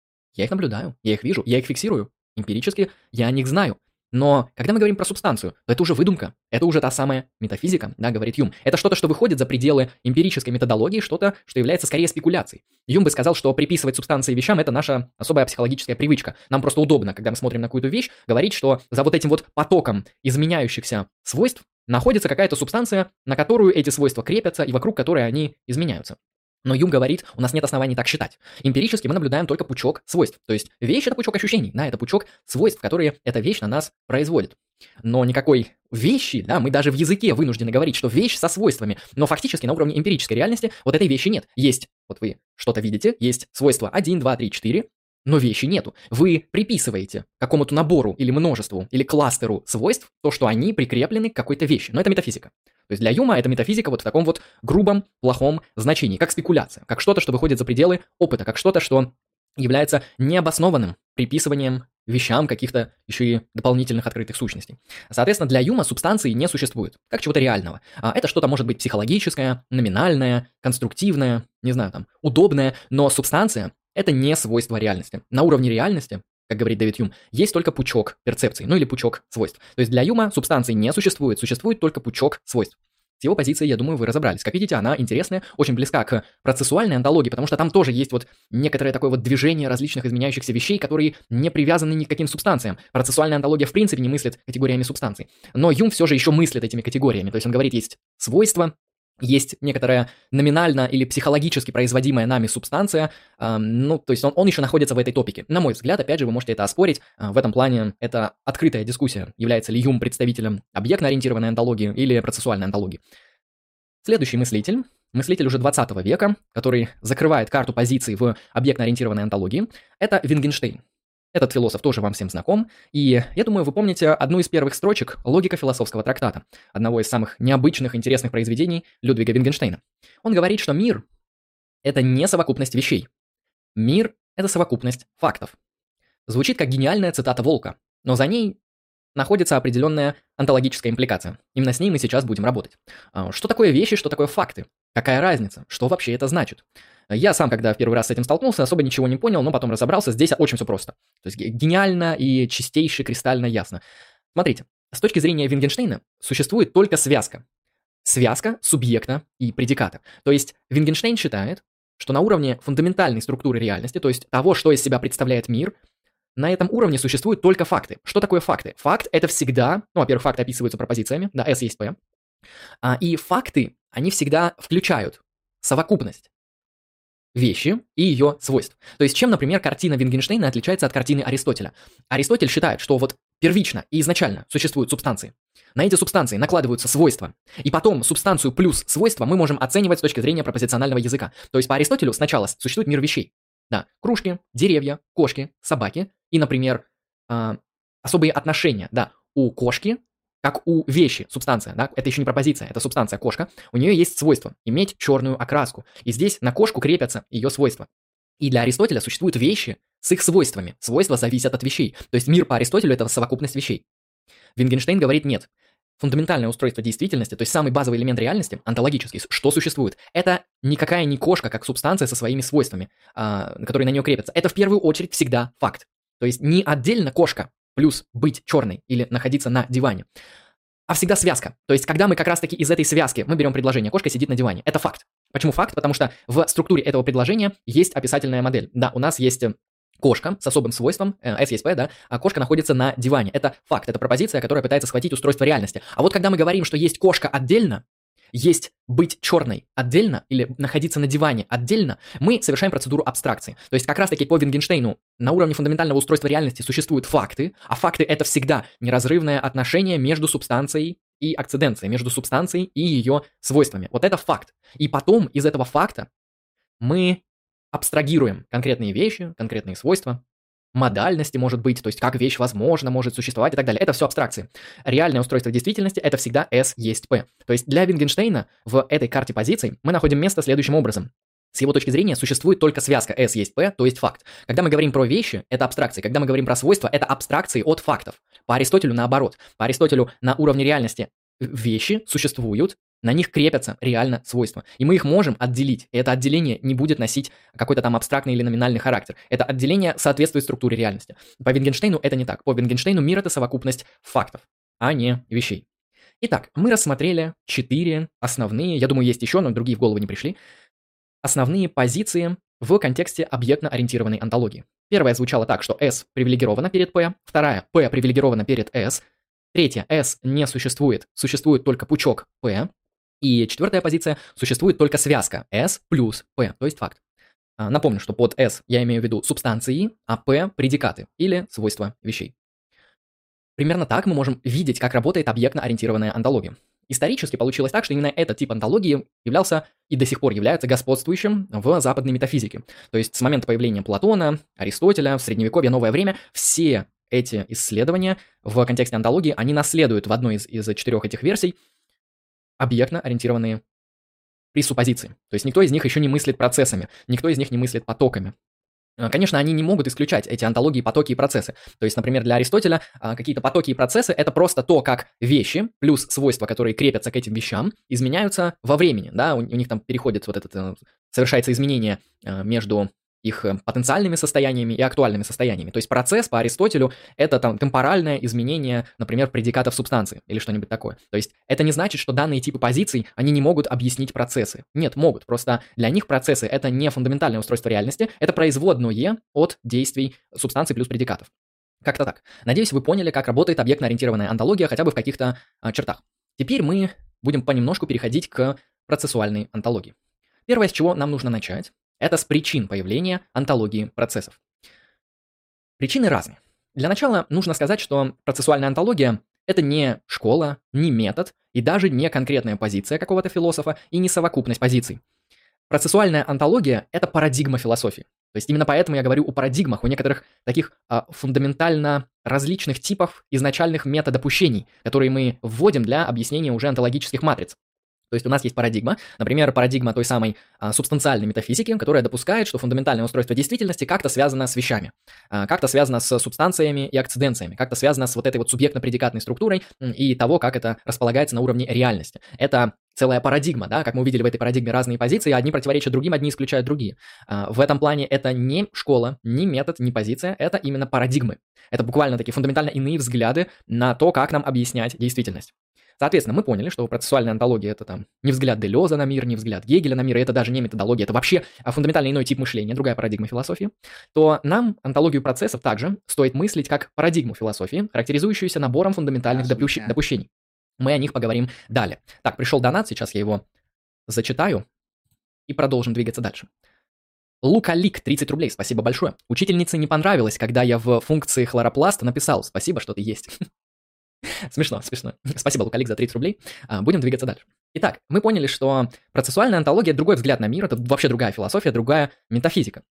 Я их наблюдаю, я их вижу, я их фиксирую. Эмпирически я о них знаю. Но когда мы говорим про субстанцию, то это уже выдумка, это уже та самая метафизика, да, говорит Юм. Это что-то, что выходит за пределы эмпирической методологии, что-то, что является скорее спекуляцией. Юм бы сказал, что приписывать субстанции вещам – это наша особая психологическая привычка. Нам просто удобно, когда мы смотрим на какую-то вещь, говорить, что за вот этим вот потоком изменяющихся свойств находится какая-то субстанция, на которую эти свойства крепятся и вокруг которой они изменяются. Но Юм говорит, у нас нет оснований так считать. Эмпирически мы наблюдаем только пучок свойств. То есть вещь – это пучок ощущений, да, это пучок свойств, которые эта вещь на нас производит. Но никакой вещи, да, мы даже в языке вынуждены говорить, что вещь со свойствами. Но фактически на уровне эмпирической реальности вот этой вещи нет. Есть, вот вы что-то видите, есть свойства 1, 2, 3, 4, но вещи нету. Вы приписываете какому-то набору или множеству, или кластеру свойств то, что они прикреплены к какой-то вещи. Но это метафизика. То есть для Юма это метафизика вот в таком вот грубом, плохом значении, как спекуляция, как что-то, что выходит за пределы опыта, как что-то, что является необоснованным приписыванием вещам каких-то еще и дополнительных открытых сущностей. Соответственно, для Юма субстанции не существует, как чего-то реального. Это что-то может быть психологическое, номинальное, конструктивное, не знаю, там, удобное, но субстанция – это не свойство реальности. На уровне реальности, как говорит Дэвид Юм, есть только пучок перцепций, ну или пучок свойств. То есть для Юма субстанции не существует, существует только пучок свойств. С его позиции, я думаю, вы разобрались. Как видите, она интересная, очень близка к процессуальной онтологии, потому что там тоже есть вот некоторое такое вот движение различных изменяющихся вещей, которые не привязаны ни к каким субстанциям. Процессуальная онтология в принципе не мыслит категориями субстанций. Но Юм все же еще мыслит этими категориями. То есть он говорит, есть свойства, есть некоторая номинально или психологически производимая нами субстанция, ну, то есть он еще находится в этой топике. На мой взгляд, опять же, вы можете это оспорить, в этом плане это открытая дискуссия, является ли Юм представителем объектно-ориентированной онтологии или процессуальной онтологии. Следующий мыслитель уже 20 века, который закрывает карту позиций в объектно-ориентированной онтологии, это Витгенштейн. Этот философ тоже вам всем знаком, и я думаю, вы помните одну из первых строчек логико-философского трактата, одного из самых необычных, интересных произведений Людвига Витгенштейна. Он говорит, что мир – это не совокупность вещей. Мир – это совокупность фактов. Звучит как гениальная цитата Волка, но за ней находится определенная онтологическая импликация. Именно с ней мы сейчас будем работать. Что такое вещи, что такое факты? Какая разница? Что вообще это значит? Я сам, когда в первый раз с этим столкнулся, особо ничего не понял, но потом разобрался. Здесь очень все просто. То есть гениально и чистейше, кристально ясно. Смотрите, с точки зрения Витгенштейна существует только связка. Связка субъекта и предиката. То есть Витгенштейн считает, что на уровне фундаментальной структуры реальности, то есть того, что из себя представляет мир, на этом уровне существуют только факты. Что такое факты? Факт – это всегда, ну, во-первых, факты описываются пропозициями, да, S есть P. И факты, они всегда включают совокупность вещи и ее свойств. То есть чем, например, картина Витгенштейна отличается от картины Аристотеля? Аристотель считает, что вот первично и изначально существуют субстанции. На эти субстанции накладываются свойства. И потом субстанцию плюс свойства мы можем оценивать с точки зрения пропозиционального языка. То есть по Аристотелю сначала существует мир вещей. Да, кружки, деревья, кошки, собаки и, например, особые отношения. Да, у кошки, как у вещи, субстанция, да, это еще не пропозиция, это субстанция кошка, у нее есть свойство иметь черную окраску. И здесь на кошку крепятся ее свойства. И для Аристотеля существуют вещи с их свойствами. Свойства зависят от вещей. То есть мир по Аристотелю – это совокупность вещей. Витгенштейн говорит нет. Фундаментальное устройство действительности, то есть самый базовый элемент реальности, онтологический, что существует, это никакая не кошка, как субстанция со своими свойствами, которые на нее крепятся. Это в первую очередь всегда факт. То есть не отдельно кошка плюс быть черной или находиться на диване, а всегда связка. То есть когда мы как раз-таки из этой связки, мы берем предложение «кошка сидит на диване». Это факт. Почему факт? Потому что в структуре этого предложения есть описательная модель. Да, у нас есть кошка с особым свойством, S есть P, да, а кошка находится на диване. Это факт, это пропозиция, которая пытается схватить устройство реальности. А вот когда мы говорим, что есть кошка отдельно, есть быть черной отдельно или находиться на диване отдельно, мы совершаем процедуру абстракции. То есть как раз-таки по Витгенштейну на уровне фундаментального устройства реальности существуют факты, а факты — это всегда неразрывное отношение между субстанцией и акциденцией, между субстанцией и ее свойствами. Вот это факт. И потом из этого факта мы абстрагируем конкретные вещи, конкретные свойства модальности может быть, то есть как вещь возможно может существовать и так далее. Это все абстракции. Реальное устройство действительности – это всегда S есть P. То есть для Wittgensteina в этой карте позиций мы находим место следующим образом. С его точки зрения существует только связка S есть P, то есть факт. Когда мы говорим про вещи, это абстракции. Когда мы говорим про свойства, это абстракции от фактов. По Аристотелю наоборот. По Аристотелю на уровне реальности вещи существуют, на них крепятся реально свойства. И мы их можем отделить. И это отделение не будет носить какой-то там абстрактный или номинальный характер. Это отделение соответствует структуре реальности. По Wittgensteinu это не так. По Wittgensteinu мир – это совокупность фактов, а не вещей. Итак, мы рассмотрели 4 основные, я думаю, есть еще, но другие в голову не пришли, основные позиции в контексте объектно-ориентированной онтологии. Первая звучала так, что S привилегирована перед P, вторая P привилегирована перед S, третья S не существует, существует только пучок P, и четвертая позиция существует только связка S плюс P, то есть факт. Напомню, что под S я имею в виду субстанции, а P – предикаты или свойства вещей. Примерно так мы можем видеть, как работает объектно-ориентированная онтология. Исторически получилось так, что именно этот тип онтологии являлся и до сих пор является господствующим в западной метафизике. То есть с момента появления Платона, Аристотеля, в Средневековье, Новое время, все эти исследования в контексте онтологии, они наследуют в одной из 4 этих версий объектно-ориентированные пресуппозиции. То есть никто из них еще не мыслит процессами, никто из них не мыслит потоками. Конечно, они не могут исключать эти онтологии, потоки и процессы. То есть, например, для Аристотеля какие-то потоки и процессы – это просто то, как вещи плюс свойства, которые крепятся к этим вещам, изменяются во времени. Да? У них там переходит вот этот, совершается изменение между их потенциальными состояниями и актуальными состояниями. То есть процесс по Аристотелю – это там темпоральное изменение, например, предикатов субстанции или что-нибудь такое. То есть это не значит, что данные типы позиций, они не могут объяснить процессы. Нет, могут. Просто для них процессы – это не фундаментальное устройство реальности, это производное от действий субстанций плюс предикатов. Как-то так. Надеюсь, вы поняли, как работает объектно-ориентированная онтология хотя бы в каких-то чертах. Теперь мы будем понемножку переходить к процессуальной онтологии. Первое, с чего нам нужно начать, это с причин появления онтологии процессов. Причины разные. Для начала нужно сказать, что процессуальная онтология – это не школа, не метод и даже не конкретная позиция какого-то философа и не совокупность позиций. Процессуальная онтология – это парадигма философии. То есть именно поэтому я говорю о парадигмах, о некоторых таких фундаментально различных типах изначальных метадопущений, которые мы вводим для объяснения уже онтологических матриц. То есть у нас есть парадигма, например, парадигма той самой субстанциальной метафизики, которая допускает, что фундаментальное устройство действительности как-то связано с вещами, как-то связано с субстанциями и акциденциями, как-то связано с вот этой вот субъектно-предикатной структурой и того, как это располагается на уровне реальности. Это целая парадигма, да, как мы увидели в этой парадигме разные позиции, одни противоречат другим, одни исключают другие. В этом плане это не школа, не метод, не позиция, это именно парадигмы. Это буквально такие фундаментально иные взгляды на то, как нам объяснять действительность. Соответственно, мы поняли, что процессуальная онтология – это там не взгляд Делеза на мир, не взгляд Гегеля на мир, и это даже не методология, это вообще фундаментально иной тип мышления, другая парадигма философии, то нам онтологию процессов также стоит мыслить как парадигму философии, характеризующуюся набором фундаментальных допущений. Мы о них поговорим далее. Так, пришел донат, сейчас я его зачитаю и продолжим двигаться дальше. Лукалик, 30 рублей, спасибо большое. Учительнице не понравилось, когда я в функции хлоропласта написал «Спасибо, что ты есть». Смешно, смешно. Спасибо, Лукалик, за 30 рублей. Будем двигаться дальше. Итак, мы поняли, что процессуальная онтология – другой взгляд на мир, это вообще другая философия, другая метафизика.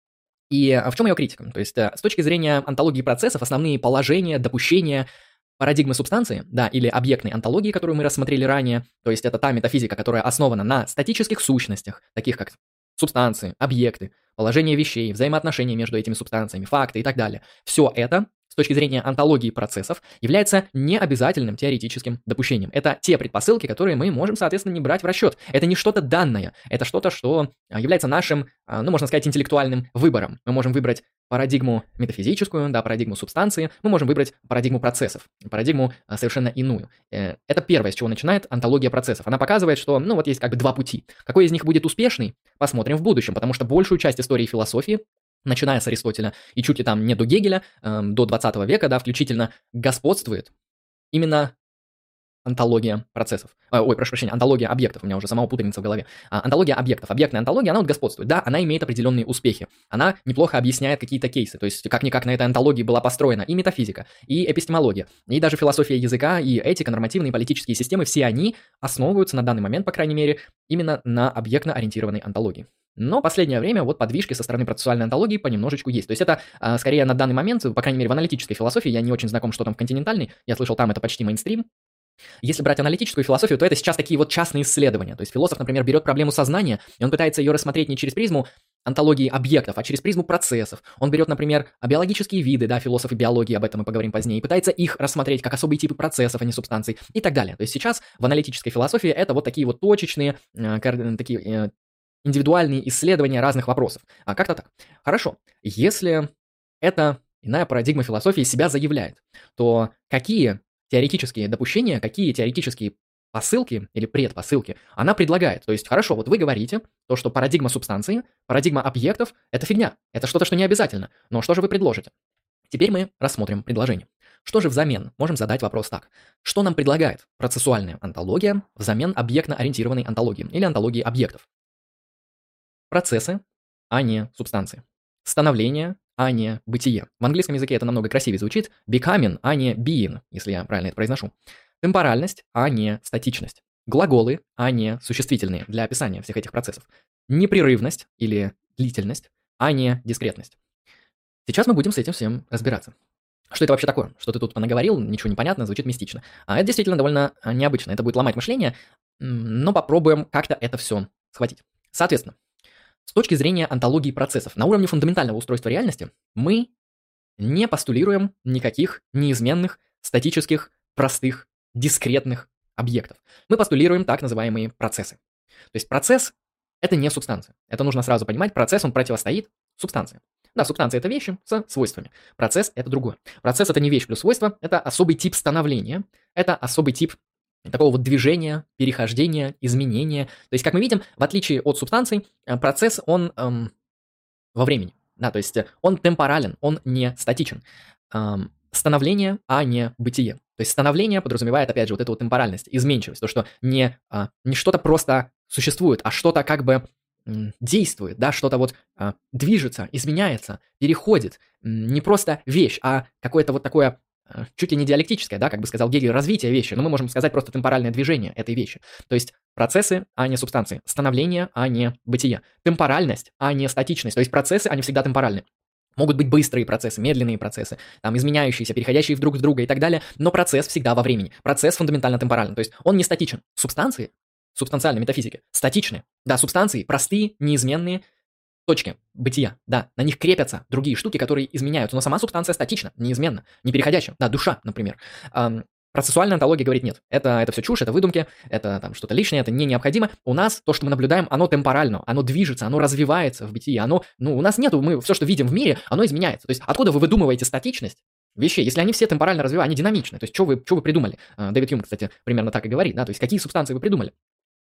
И в чем ее критика? То есть с точки зрения онтологии процессов, основные положения, допущения, парадигмы субстанции, да, или объектной онтологии, которую мы рассмотрели ранее, то есть это та метафизика, которая основана на статических сущностях, таких как субстанции, объекты, положение вещей, взаимоотношения между этими субстанциями, факты и так далее. Все это с точки зрения онтологии процессов является необязательным теоретическим допущением. Это те предпосылки, которые мы можем, соответственно, не брать в расчет. Это не что-то данное, это что-то, что является нашим, можно сказать, интеллектуальным выбором. Мы можем выбрать парадигму метафизическую, да, парадигму субстанции, мы можем выбрать парадигму процессов, парадигму совершенно иную. Это первое, с чего начинает онтология процессов. Она показывает, что, вот есть как бы два пути. Какой из них будет успешный, посмотрим в будущем, потому что большую часть истории философии, начиная с Аристотеля и чуть ли там не до Гегеля, до 20 века, да, включительно, господствует именно онтология процессов. Ой, прошу прощения, онтология объектов, у меня уже самого путаница в голове. Онтология объектов, объектная онтология, она вот господствует. Да, она имеет определенные успехи. Она неплохо объясняет какие-то кейсы. То есть, как-никак на этой онтологии была построена и метафизика, и эпистемология, и даже философия языка, и этика, нормативные и политические системы, все они основываются на данный момент, по крайней мере, именно на объектно-ориентированной онтологии. Но последнее время вот подвижки со стороны процессуальной онтологии понемножечку есть. То есть это скорее на данный момент, по крайней мере в аналитической философии, я не очень знаком, что там в континентальной, я слышал, там это почти мейнстрим. Если брать аналитическую философию, то это сейчас такие вот частные исследования. То есть философ, например, берет проблему сознания, и он пытается ее рассмотреть не через призму онтологии объектов, а через призму процессов. Он берет, например, биологические виды, да, философы биологии, об этом мы поговорим позднее, и пытается их рассмотреть как особые типы процессов, а не субстанций, и так далее. То есть сейчас в аналитической философии это вот такие вот точечные, такие индивидуальные исследования разных вопросов. Как-то так. Хорошо. Если эта иная парадигма философии себя заявляет, то какие теоретические допущения, какие теоретические посылки или предпосылки она предлагает? То есть, хорошо, вот вы говорите, то, что парадигма субстанции, парадигма объектов – это фигня, это что-то, что не обязательно. Но что же вы предложите? Теперь мы рассмотрим предложение. Что же взамен? Можем задать вопрос так. Что нам предлагает процессуальная онтология взамен объектно-ориентированной онтологии или онтологии объектов? Процессы, а не субстанции. Становление, а не бытие. В английском языке это намного красивее звучит. Becoming, а не being, если я правильно это произношу. Темпоральность, а не статичность. Глаголы, а не существительные для описания всех этих процессов. Непрерывность или длительность, а не дискретность. Сейчас мы будем с этим всем разбираться. Что это вообще такое? Что ты тут понаговорил, ничего не понятно, звучит мистично. А это действительно довольно необычно. Это будет ломать мышление, но попробуем как-то это все схватить. Соответственно, с точки зрения онтологии процессов, на уровне фундаментального устройства реальности мы не постулируем никаких неизменных, статических, простых, дискретных объектов. Мы постулируем так называемые процессы. То есть процесс – это не субстанция. Это нужно сразу понимать. Процесс, он противостоит субстанции. Да, субстанция – это вещи с свойствами. Процесс – это другое. Процесс – это не вещь плюс свойство, это особый тип становления, это особый тип такого вот движения, перехождения, изменения. То есть, как мы видим, в отличие от субстанций, процесс, он во времени. Да, то есть он темпорален, он не статичен. Становление, а не бытие. То есть становление подразумевает, опять же, вот эту вот темпоральность, изменчивость. То, что не что-то просто существует, а что-то как бы действует, да, что-то вот движется, изменяется, переходит. Не просто вещь, а какое-то вот такое чуть ли не диалектическое, да, как бы сказал Гегель, развитие вещи, но мы можем сказать просто темпоральное движение этой вещи. То есть процессы, а не субстанции, становление, а не бытие, темпоральность, а не статичность. То есть процессы, они всегда темпоральны. Могут быть быстрые процессы, медленные процессы, там, изменяющиеся, переходящие друг в друга и так далее, но процесс всегда во времени. Процесс фундаментально темпорален, то есть он не статичен. Субстанции, субстанциальной метафизики, статичны. Да, субстанции простые, неизменные, точки бытия, да, на них крепятся другие штуки, которые изменяются, но сама субстанция статична, неизменна, не переходящая, да, душа, например. Процессуальная онтология говорит нет, это все чушь, это выдумки, это там что-то лишнее, это не необходимо. У нас то, что мы наблюдаем, оно темпорально, оно движется, оно развивается в бытии, оно, у нас нету, мы все, что видим в мире, оно изменяется. То есть откуда вы выдумываете статичность вещей, если они все темпорально развиваются, они динамичны, то есть что вы придумали? Дэвид Юм, кстати, примерно так и говорит, да, то есть какие субстанции вы придумали?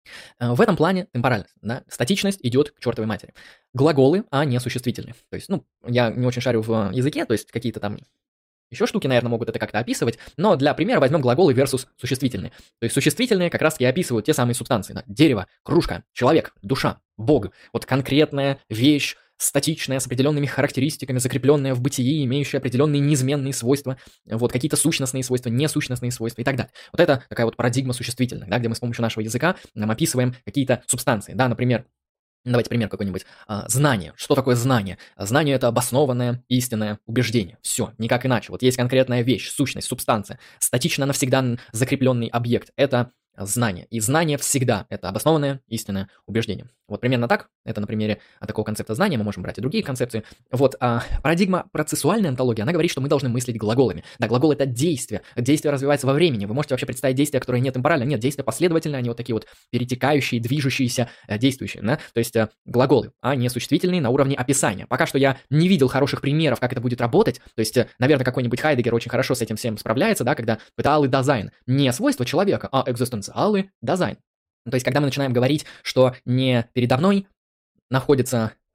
В этом плане темпоральность, да, статичность идет к чертовой матери. Глаголы, а не существительные. То есть, я не очень шарю в языке, то есть какие-то там еще штуки, наверное, могут это как-то описывать, но для примера возьмем глаголы versus существительные. То есть существительные как раз-таки описывают те самые субстанции. Да? Дерево, кружка, человек, душа, Бог. Вот конкретная вещь, статичная, с определенными характеристиками, закрепленная в бытии, имеющая определенные неизменные свойства, вот какие-то сущностные свойства, несущностные свойства и так далее. Вот это такая вот парадигма существительных, да, где мы с помощью нашего языка описываем какие-то субстанции. Да, например, давайте пример какой-нибудь. Знание. Что такое знание? Знание – это обоснованное истинное убеждение. Все, никак иначе. Вот есть конкретная вещь, сущность, субстанция, статично навсегда закрепленный объект. Это знание. И знание всегда – это обоснованное истинное убеждение. Вот примерно так. Это на примере такого концепта знания. Мы можем брать и другие концепции. Вот парадигма процессуальной онтологии, она говорит, что мы должны мыслить глаголами. Да, глагол – это действие. Действие развивается во времени. Вы можете вообще представить действия, которые не темпоральны. Нет, действия последовательные, они вот такие вот перетекающие, движущиеся, действующие. Да? То есть глаголы, а не существительные на уровне описания. Пока что я не видел хороших примеров, как это будет работать. То есть, наверное, какой-нибудь Хайдеггер очень хорошо с этим всем справляется, да, когда пытал и дизайн. Не свойства человека, а экзистенциалы дизайн. То есть, когда мы начинаем говорить, что не передо мной находится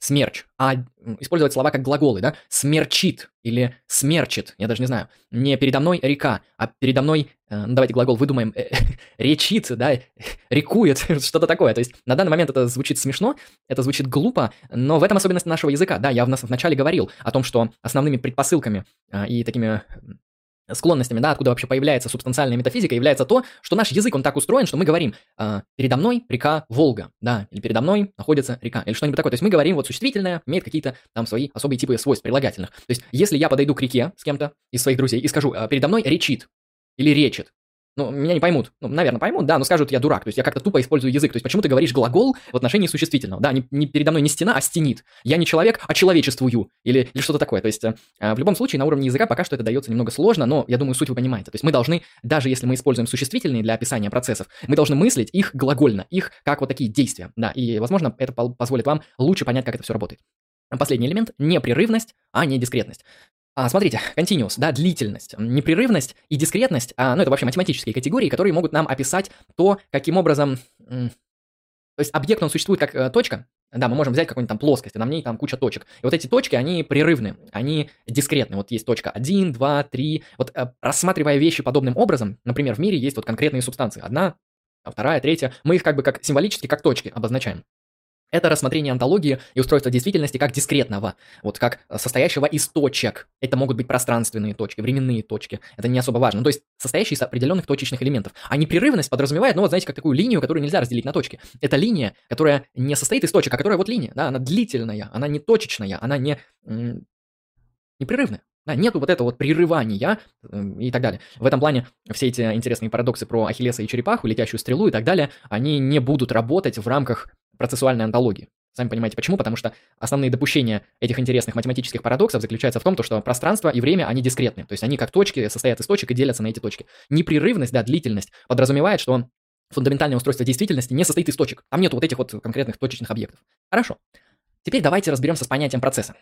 смерч, а использовать слова как глаголы, да, смерчит или смерчит, я даже не знаю, не передо мной река, а передо мной, ну, давайте глагол выдумаем, речит, да, рекует, что-то такое. То есть на данный момент это звучит смешно, это звучит глупо, но в этом особенность нашего языка. Да, я вначале говорил о том, что основными предпосылками и такими склонностями, да, откуда вообще появляется субстанциальная метафизика, является то, что наш язык, он так устроен, что мы говорим «передо мной река Волга», да, или «передо мной находится река», или что-нибудь такое. То есть мы говорим, вот существительное имеет какие-то там свои особые типы свойств прилагательных. То есть если я подойду к реке с кем-то из своих друзей и скажу «передо мной речит» или «речит», ну, меня не поймут. Ну, наверное, поймут, да, но скажут, я дурак. То есть я как-то тупо использую язык. То есть почему ты говоришь глагол в отношении существительного? Да, не передо мной не стена, а стенит. Я не человек, а человечествую. Или что-то такое. То есть в любом случае на уровне языка пока что это дается немного сложно, но я думаю, суть вы понимаете. То есть мы должны, даже если мы используем существительные для описания процессов, мы должны мыслить их глагольно, их как вот такие действия. Да, и, возможно, это позволит вам лучше понять, как это все работает. Последний элемент – непрерывность, а не дискретность. Смотрите, continuous, да, длительность, непрерывность и дискретность, ну, это вообще математические категории, которые могут нам описать то, каким образом, то есть объект, он существует как точка, да, мы можем взять какую-нибудь там плоскость, а на ней там куча точек, и вот эти точки, они прерывны, они дискретны, вот есть точка 1, 2, 3, вот рассматривая вещи подобным образом, например, в мире есть вот конкретные субстанции, одна, вторая, третья, мы их как бы как символически, как точки обозначаем. Это рассмотрение онтологии и устройства действительности как дискретного, вот как состоящего из точек. Это могут быть пространственные точки, временные точки. Это не особо важно. Ну, то есть состоящие из определенных точечных элементов. А непрерывность подразумевает, ну вот знаете, как такую линию, которую нельзя разделить на точки. Это линия, которая не состоит из точек, а которая вот линия. Да, она длительная, она не точечная, она не непрерывная. Да, нету вот этого вот прерывания и так далее. В этом плане все эти интересные парадоксы про Ахиллеса и черепаху, летящую стрелу и так далее, они не будут работать в рамках процессуальной онтологии. Сами понимаете почему? Потому что основные допущения этих интересных математических парадоксов заключаются в том, что пространство и время, они дискретны. То есть они как точки состоят из точек и делятся на эти точки. Непрерывность, да, длительность подразумевает, что фундаментальное устройство действительности не состоит из точек. Там нет вот этих вот конкретных точечных объектов. Хорошо. Теперь давайте разберемся с понятием процесса.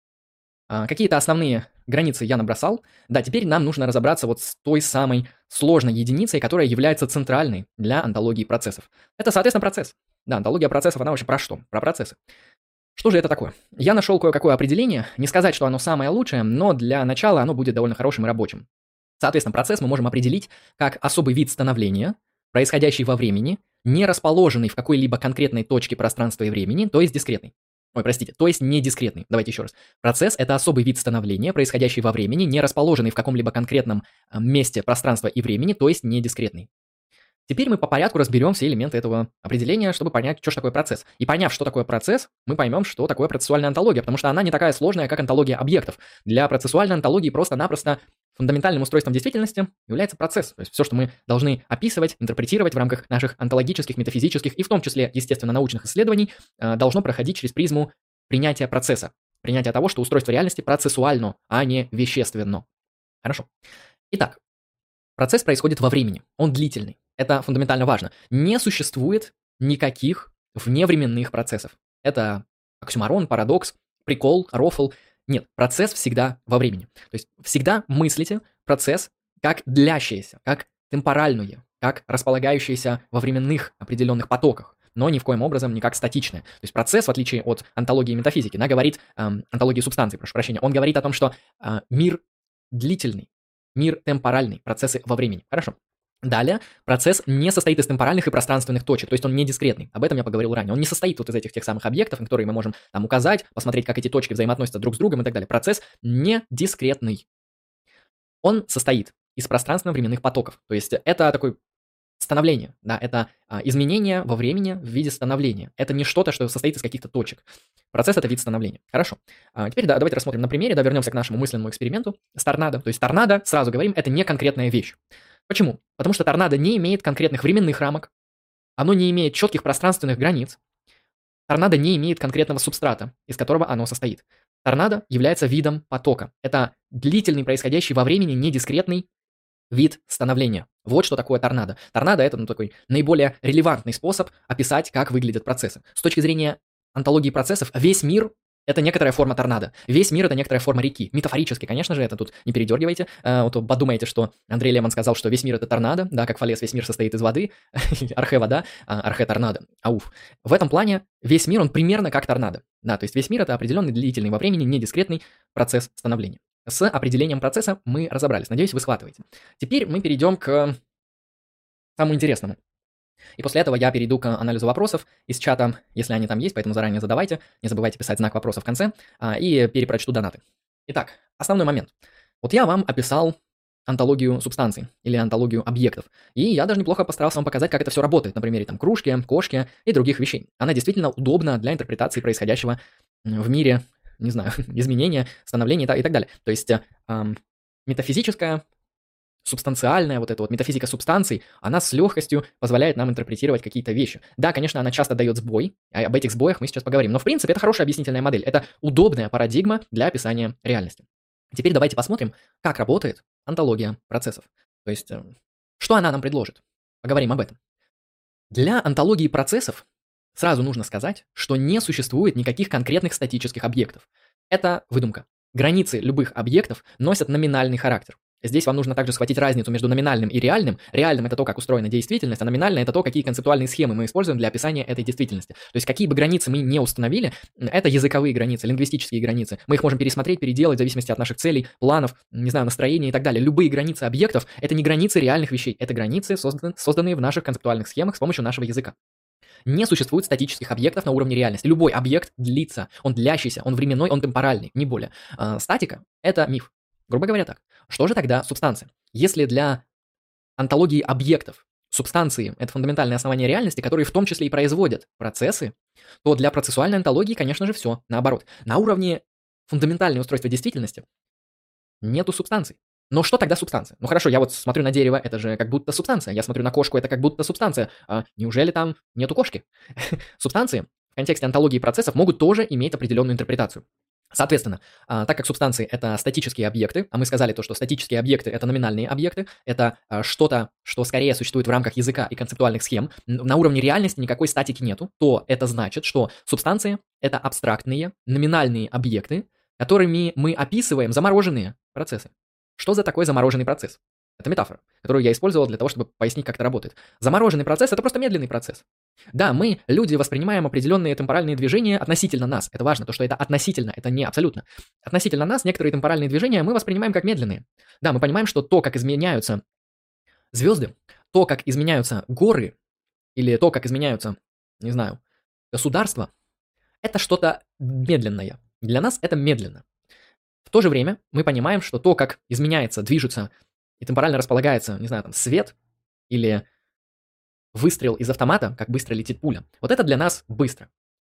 Какие-то основные границы я набросал. Да, теперь нам нужно разобраться вот с той самой сложной единицей, которая является центральной для онтологии процессов. Это, соответственно, процесс. Да, онтология процессов, она вообще про что? Про процессы. Что же это такое? Я нашел кое-какое определение. Не сказать, что оно самое лучшее, но для начала оно будет довольно хорошим и рабочим. Соответственно, процесс мы можем определить как особый вид становления, происходящий во времени, не расположенный в какой-либо конкретной точке пространства и времени, то есть дискретный. То есть не дискретный. Давайте еще раз. Процесс – это особый вид становления, происходящий во времени, не расположенный в каком-либо конкретном месте пространства и времени, то есть не дискретный. Теперь мы по порядку разберем все элементы этого определения, чтобы понять, что же такое процесс. И поняв, что такое процесс, мы поймем, что такое процессуальная онтология, потому что она не такая сложная, как онтология объектов. Для процессуальной онтологии просто-напросто фундаментальным устройством действительности является процесс. То есть все, что мы должны описывать, интерпретировать в рамках наших онтологических, метафизических и в том числе, естественно, научных исследований, должно проходить через призму принятия процесса. Принятия того, что устройство реальности процессуально, а не вещественно. Хорошо. Итак, процесс происходит во времени, он длительный. Это фундаментально важно. Не существует никаких вневременных процессов. Это оксюморон, парадокс, прикол, рофл. Нет, процесс всегда во времени. То есть всегда мыслите процесс как длящееся, как темпоральное, как располагающееся во временных определенных потоках, но ни в коем образом не как статичное. То есть процесс, в отличие от онтологии метафизики, она говорит, онтологии субстанций, прошу прощения, он говорит о том, что мир длительный, мир темпоральный, процессы во времени. Хорошо. Далее, процесс не состоит из темпоральных и пространственных точек, то есть он не дискретный. Об этом я поговорил ранее. Он не состоит вот из этих тех самых объектов, на которые мы можем там указать, посмотреть, как эти точки взаимоотносятся друг с другом и так далее. Процесс не дискретный. Он состоит из пространственно-временных потоков. То есть это такое становление, да, это изменение во времени в виде становления. Это не что-то, что состоит из каких-то точек. Процесс – это вид становления. Хорошо. Теперь давайте рассмотрим на примере, вернемся к нашему мысленному эксперименту с торнадо. То есть торнадо, сразу говорим, это не конкретная вещь. Почему? Потому что торнадо не имеет конкретных временных рамок, оно не имеет четких пространственных границ, торнадо не имеет конкретного субстрата, из которого оно состоит. Торнадо является видом потока. Это длительный, происходящий во времени, недискретный вид становления. Вот что такое торнадо. Торнадо – это такой наиболее релевантный способ описать, как выглядят процессы. С точки зрения онтологии процессов, весь мир это некоторая форма торнадо. Весь мир — это некоторая форма реки. Метафорически, конечно же, это тут не передергивайте. Вот подумайте, что Андрей Лемон сказал, что весь мир — это торнадо, да, как Фалес, весь мир состоит из воды, архе — вода, архе — торнадо, ауф. В этом плане весь мир, он примерно как торнадо. Да, то есть весь мир — это определенный длительный во времени, недискретный процесс становления. С определением процесса мы разобрались. Надеюсь, вы схватываете. Теперь мы перейдем к самому интересному. И после этого я перейду к анализу вопросов из чата, если они там есть, поэтому заранее задавайте. Не забывайте писать знак вопроса в конце и перепрочту донаты. Итак, основной момент. Вот я вам описал онтологию субстанций или онтологию объектов. И я даже неплохо постарался вам показать, как это все работает на примере там кружки, кошки и других вещей. Она действительно удобна для интерпретации происходящего в мире, не знаю, изменения, становления и так далее. То есть метафизическая, субстанциальная, вот эта вот метафизика субстанций, она с легкостью позволяет нам интерпретировать какие-то вещи. Да, конечно, она часто дает сбой, об этих сбоях мы сейчас поговорим, но в принципе это хорошая объяснительная модель, это удобная парадигма для описания реальности. Теперь давайте посмотрим, как работает онтология процессов. То есть, что она нам предложит. Поговорим об этом. Для онтологии процессов сразу нужно сказать, что не существует никаких конкретных статических объектов. Это выдумка. Границы любых объектов носят номинальный характер. Здесь вам нужно также схватить разницу между номинальным и реальным. Реальным — это то, как устроена действительность, а номинальное — это то, какие концептуальные схемы мы используем для описания этой действительности. То есть какие бы границы мы не установили, это языковые границы, лингвистические границы. Мы их можем пересмотреть, переделать в зависимости от наших целей, планов, не знаю, настроения и так далее. Любые границы объектов — это не границы реальных вещей, это границы, созданные в наших концептуальных схемах с помощью нашего языка. Не существует статических объектов на уровне реальности. Любой объект длится, он длящийся, он временной, он темпоральный, не более. Статика — это миф. Грубо говоря так. Что же тогда субстанция? Если для онтологии объектов субстанции — это фундаментальные основания реальности, которые в том числе и производят процессы, то для процессуальной онтологии, конечно же, все наоборот. На уровне фундаментального устройства действительности нету субстанций. Но что тогда субстанция? Ну хорошо, я вот смотрю на дерево, это же как будто субстанция. Я смотрю на кошку, это как будто субстанция. Неужели там нету кошки? Субстанции в контексте онтологии процессов могут тоже иметь определенную интерпретацию. Соответственно, так как субстанции — это статические объекты, а мы сказали то, что статические объекты — это номинальные объекты, это что-то, что скорее существует в рамках языка и концептуальных схем, на уровне реальности никакой статики нету, то это значит, что субстанции — это абстрактные, номинальные объекты, которыми мы описываем замороженные процессы. Что за такой замороженный процесс? Это метафора, которую я использовал для того, чтобы пояснить, как это работает. Замороженный процесс — это просто медленный процесс. Да, мы, люди, воспринимаем определенные темпоральные движения относительно нас. Это важно, то, что это относительно, это не абсолютно. Относительно нас некоторые темпоральные движения мы воспринимаем как медленные. Да, мы понимаем, что то, как изменяются звезды, то, как изменяются горы, или то, как изменяются, не знаю, государства, это что-то медленное. Для нас это медленно. В то же время мы понимаем, что то, как изменяется, движется и темпорально располагается, не знаю, там, свет или выстрел из автомата, как быстро летит пуля, вот это для нас быстро.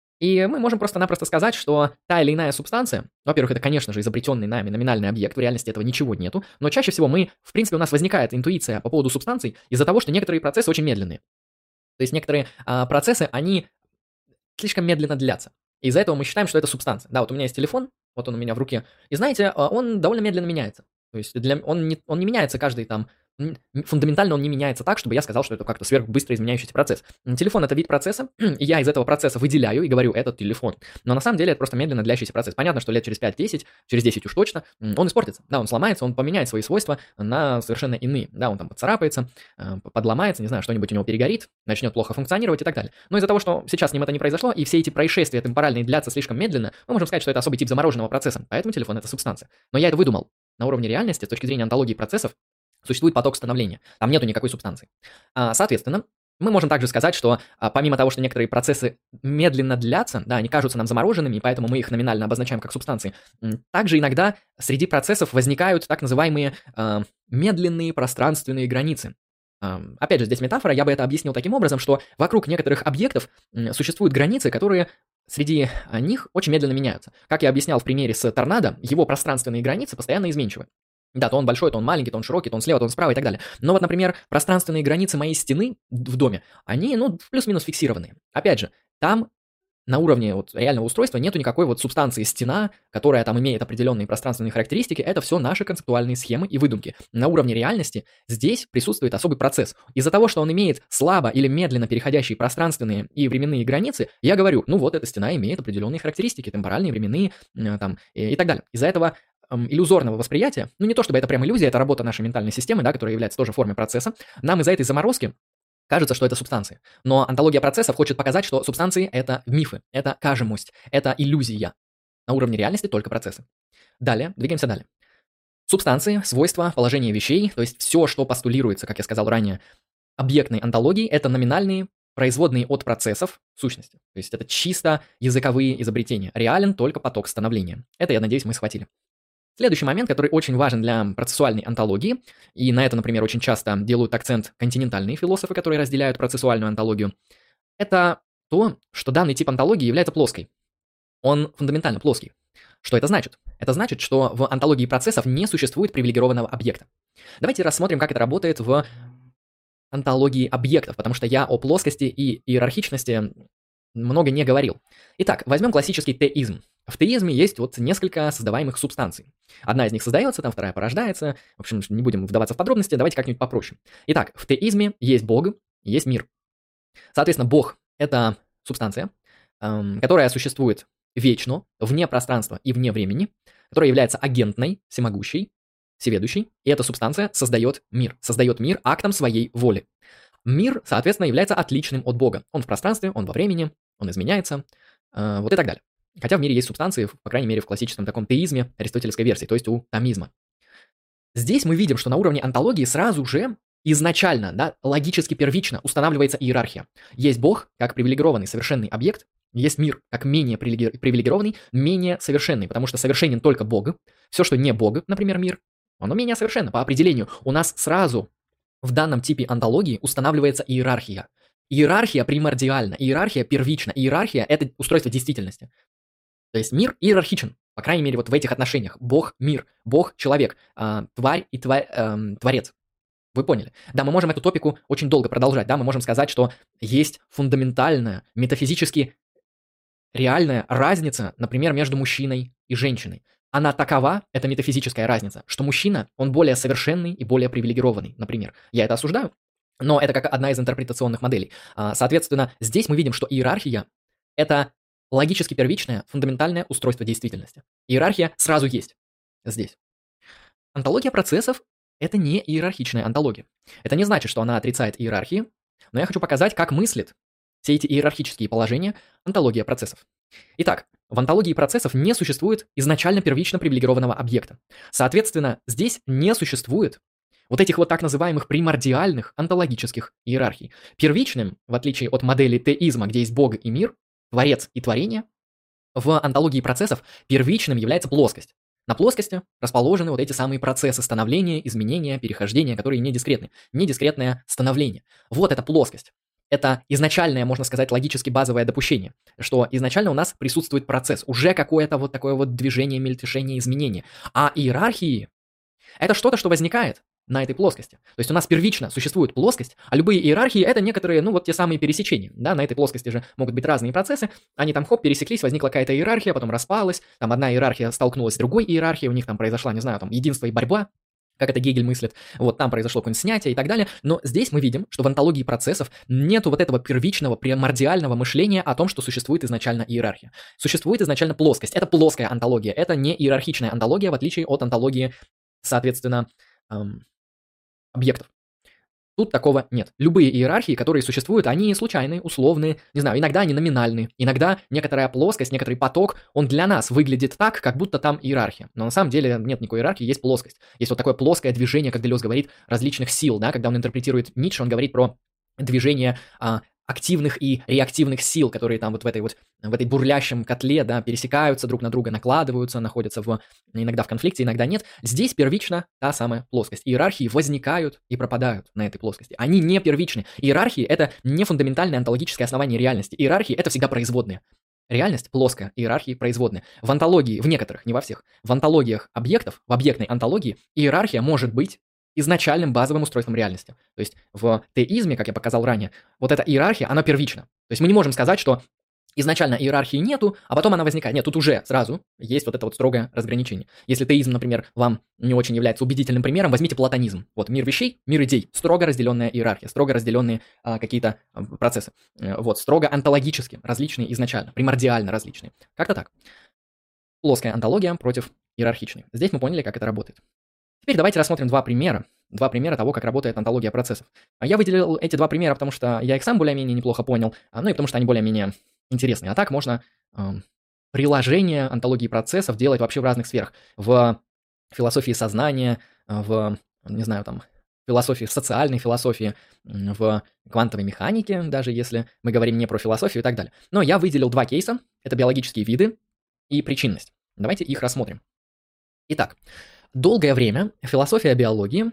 И мы можем просто-напросто сказать, что та или иная субстанция, во-первых, это, конечно же, изобретенный нами номинальный объект, в реальности этого ничего нету, но чаще всего в принципе, у нас возникает интуиция по поводу субстанций из-за того, что некоторые процессы очень медленные. То есть некоторые процессы, они слишком медленно длятся. И из-за этого мы считаем, что это субстанция. Да, вот у меня есть телефон, вот он у меня в руке, и знаете, он довольно медленно меняется. То есть он не меняется каждый там, фундаментально он не меняется так, чтобы я сказал, что это как-то сверхбыстро изменяющийся процесс. Телефон — это вид процесса, и я из этого процесса выделяю и говорю, это телефон. Но на самом деле это просто медленно длящийся процесс. Понятно, что лет через 5-10, через 10 уж точно, он испортится. Да, он сломается, он поменяет свои свойства на совершенно иные. Да, он там поцарапается, подломается, не знаю, что-нибудь у него перегорит, начнет плохо функционировать и так далее. Но из-за того, что сейчас с ним это не произошло, и все эти происшествия темпоральные длятся слишком медленно, мы можем сказать, что это особый тип замороженного процесса, поэтому телефон — это субстанция. Но я это выдумал. На уровне реальности, с точки зрения онтологии процессов, существует поток становления. Там нету никакой субстанции. Соответственно, мы можем также сказать, что помимо того, что некоторые процессы медленно длятся, да, они кажутся нам замороженными, и поэтому мы их номинально обозначаем как субстанции, также иногда среди процессов возникают так называемые медленные пространственные границы. Опять же, здесь метафора, я бы это объяснил таким образом, что вокруг некоторых объектов существуют границы, которые среди них очень медленно меняются. Как я объяснял в примере с торнадо, его пространственные границы постоянно изменчивы. Да, то он большой, то он маленький, то он широкий, то он слева, то он справа и так далее. Но вот, например, пространственные границы моей стены в доме, они, плюс-минус фиксированные. Опять же, там на уровне вот реального устройства нету никакой вот субстанции стена, которая там имеет определенные пространственные характеристики. Это все наши концептуальные схемы и выдумки. На уровне реальности здесь присутствует особый процесс. Из-за того, что он имеет слабо или медленно переходящие пространственные и временные границы, я говорю, ну вот эта стена имеет определенные характеристики, темпоральные, временные там, и так далее. Из-за этого иллюзорного восприятия, ну не то чтобы это прям иллюзия, это работа нашей ментальной системы, да, которая является тоже формой процесса, нам из-за этой заморозки кажется, что это субстанции. Но онтология процессов хочет показать, что субстанции — это мифы, это кажемость, это иллюзия. На уровне реальности только процессы. Далее, двигаемся далее. Субстанции, свойства, положение вещей, то есть все, что постулируется, как я сказал ранее, объектной онтологией, это номинальные производные от процессов сущности. То есть это чисто языковые изобретения. Реален только поток становления. Это, я надеюсь, мы схватили. Следующий момент, который очень важен для процессуальной онтологии, и на это, например, очень часто делают акцент континентальные философы, которые разделяют процессуальную онтологию, это то, что данный тип онтологии является плоской. Он фундаментально плоский. Что это значит? Это значит, что в онтологии процессов не существует привилегированного объекта. Давайте рассмотрим, как это работает в онтологии объектов, потому что я о плоскости и иерархичности много не говорил. Итак, возьмем классический теизм. В теизме есть вот несколько создаваемых субстанций. Одна из них создается, там вторая порождается. В общем, не будем вдаваться в подробности, давайте как-нибудь попроще. Итак, в теизме есть Бог, есть мир. Соответственно, Бог — это субстанция, которая существует вечно, вне пространства и вне времени, которая является агентной, всемогущей, всеведущей, и эта субстанция создает мир актом своей воли. Мир, соответственно, является отличным от Бога. Он в пространстве, он во времени, он изменяется, вот и так далее. Хотя в мире есть субстанции, по крайней мере, в классическом таком теизме аристотельской версии, то есть у томизма. Здесь мы видим, что на уровне онтологии сразу же изначально, да, логически первично устанавливается иерархия. Есть Бог как привилегированный совершенный объект, есть мир как менее привилегированный, менее совершенный, потому что совершенен только Бог. Все, что не Бог, например, мир, оно менее совершенно по определению. У нас сразу в данном типе онтологии устанавливается иерархия. Иерархия примордиальна, иерархия первична, иерархия — это устройство действительности. То есть мир иерархичен, по крайней мере, вот в этих отношениях. Бог — мир, Бог — человек, тварь и творец. Вы поняли? Да, мы можем эту топику очень долго продолжать, да, мы можем сказать, что есть фундаментальная, метафизически реальная разница, например, между мужчиной и женщиной. Она такова, эта метафизическая разница, что мужчина, он более совершенный и более привилегированный, например. Я это осуждаю, но это как одна из интерпретационных моделей. Соответственно, здесь мы видим, что иерархия — это логически первичное, фундаментальное устройство действительности. Иерархия сразу есть здесь. Онтология процессов — это не иерархичная онтология. Это не значит, что она отрицает иерархии, но я хочу показать, как мыслит все эти иерархические положения онтология процессов. Итак, в онтологии процессов не существует изначально первично привилегированного объекта. Соответственно, здесь не существует вот этих вот так называемых примордиальных онтологических иерархий. Первичным, в отличие от модели теизма, где есть Бог и мир, творец и творение, в онтологии процессов первичным является плоскость. На плоскости расположены вот эти самые процессы становления, изменения, перехождения, которые не дискретны. Недискретное становление. Вот эта плоскость. Это изначальное, можно сказать, логически базовое допущение, что изначально у нас присутствует процесс, уже какое-то вот такое вот движение, мельтешение, изменение. А иерархии — это что-то, что возникает на этой плоскости. То есть у нас первично существует плоскость, а любые иерархии — это некоторые, ну вот те самые пересечения. Да, на этой плоскости же могут быть разные процессы, они там хоп, пересеклись, возникла какая-то иерархия, потом распалась, там одна иерархия столкнулась с другой иерархией, у них там произошла, не знаю, там единство и борьба, как это Гегель мыслит, вот там произошло какое-нибудь снятие и так далее, но здесь мы видим, что в онтологии процессов нету вот этого первичного, примордиального мышления о том, что существует изначально иерархия. Существует изначально плоскость, это плоская онтология, это не иерархичная онтология, в отличие от онтологии, соответственно, объектов. Тут такого нет. Любые иерархии, которые существуют, они случайные, условные, не знаю, иногда они номинальные, иногда некоторая плоскость, некоторый поток, он для нас выглядит так, как будто там иерархия. Но на самом деле нет никакой иерархии, есть плоскость. Есть вот такое плоское движение, как Делез говорит, различных сил, да, когда он интерпретирует Ницше, он говорит про движение активных и реактивных сил, которые там вот в этой бурлящем котле, да, пересекаются друг на друга, накладываются, находятся иногда в конфликте, иногда нет. Здесь первична та самая плоскость. Иерархии возникают и пропадают на этой плоскости. Они не первичны. Иерархии — это не фундаментальное онтологическое основание реальности. Иерархии — это всегда производные. Реальность плоская, иерархии производные. В онтологии, в некоторых, не во всех, в онтологиях объектов, в объектной онтологии иерархия может быть изначальным базовым устройством реальности. То есть в теизме, как я показал ранее, вот эта иерархия, она первична. То есть мы не можем сказать, что изначально иерархии нету, а потом она возникает. Нет, тут уже сразу есть вот это вот строгое разграничение. Если теизм, например, вам не очень является убедительным примером, возьмите платонизм. Вот мир вещей, мир идей, строго разделенная иерархия, строго разделенные какие-то процессы. Вот, строго онтологически различные изначально, примордиально различные. Как-то так. Плоская онтология против иерархичной. Здесь мы поняли, как это работает. Теперь давайте рассмотрим два примера того, как работает онтология процессов. Я выделил эти два примера, потому что я их сам более-менее неплохо понял, ну и потому что они более-менее интересные. А так можно приложение онтологии процессов делать вообще в разных сферах. В философии сознания, в, не знаю, там, философии, социальной философии, в квантовой механике, даже если мы говорим не про философию и так далее. Но я выделил два кейса. Это биологические виды и причинность. Давайте их рассмотрим. Итак, долгое время философия биологии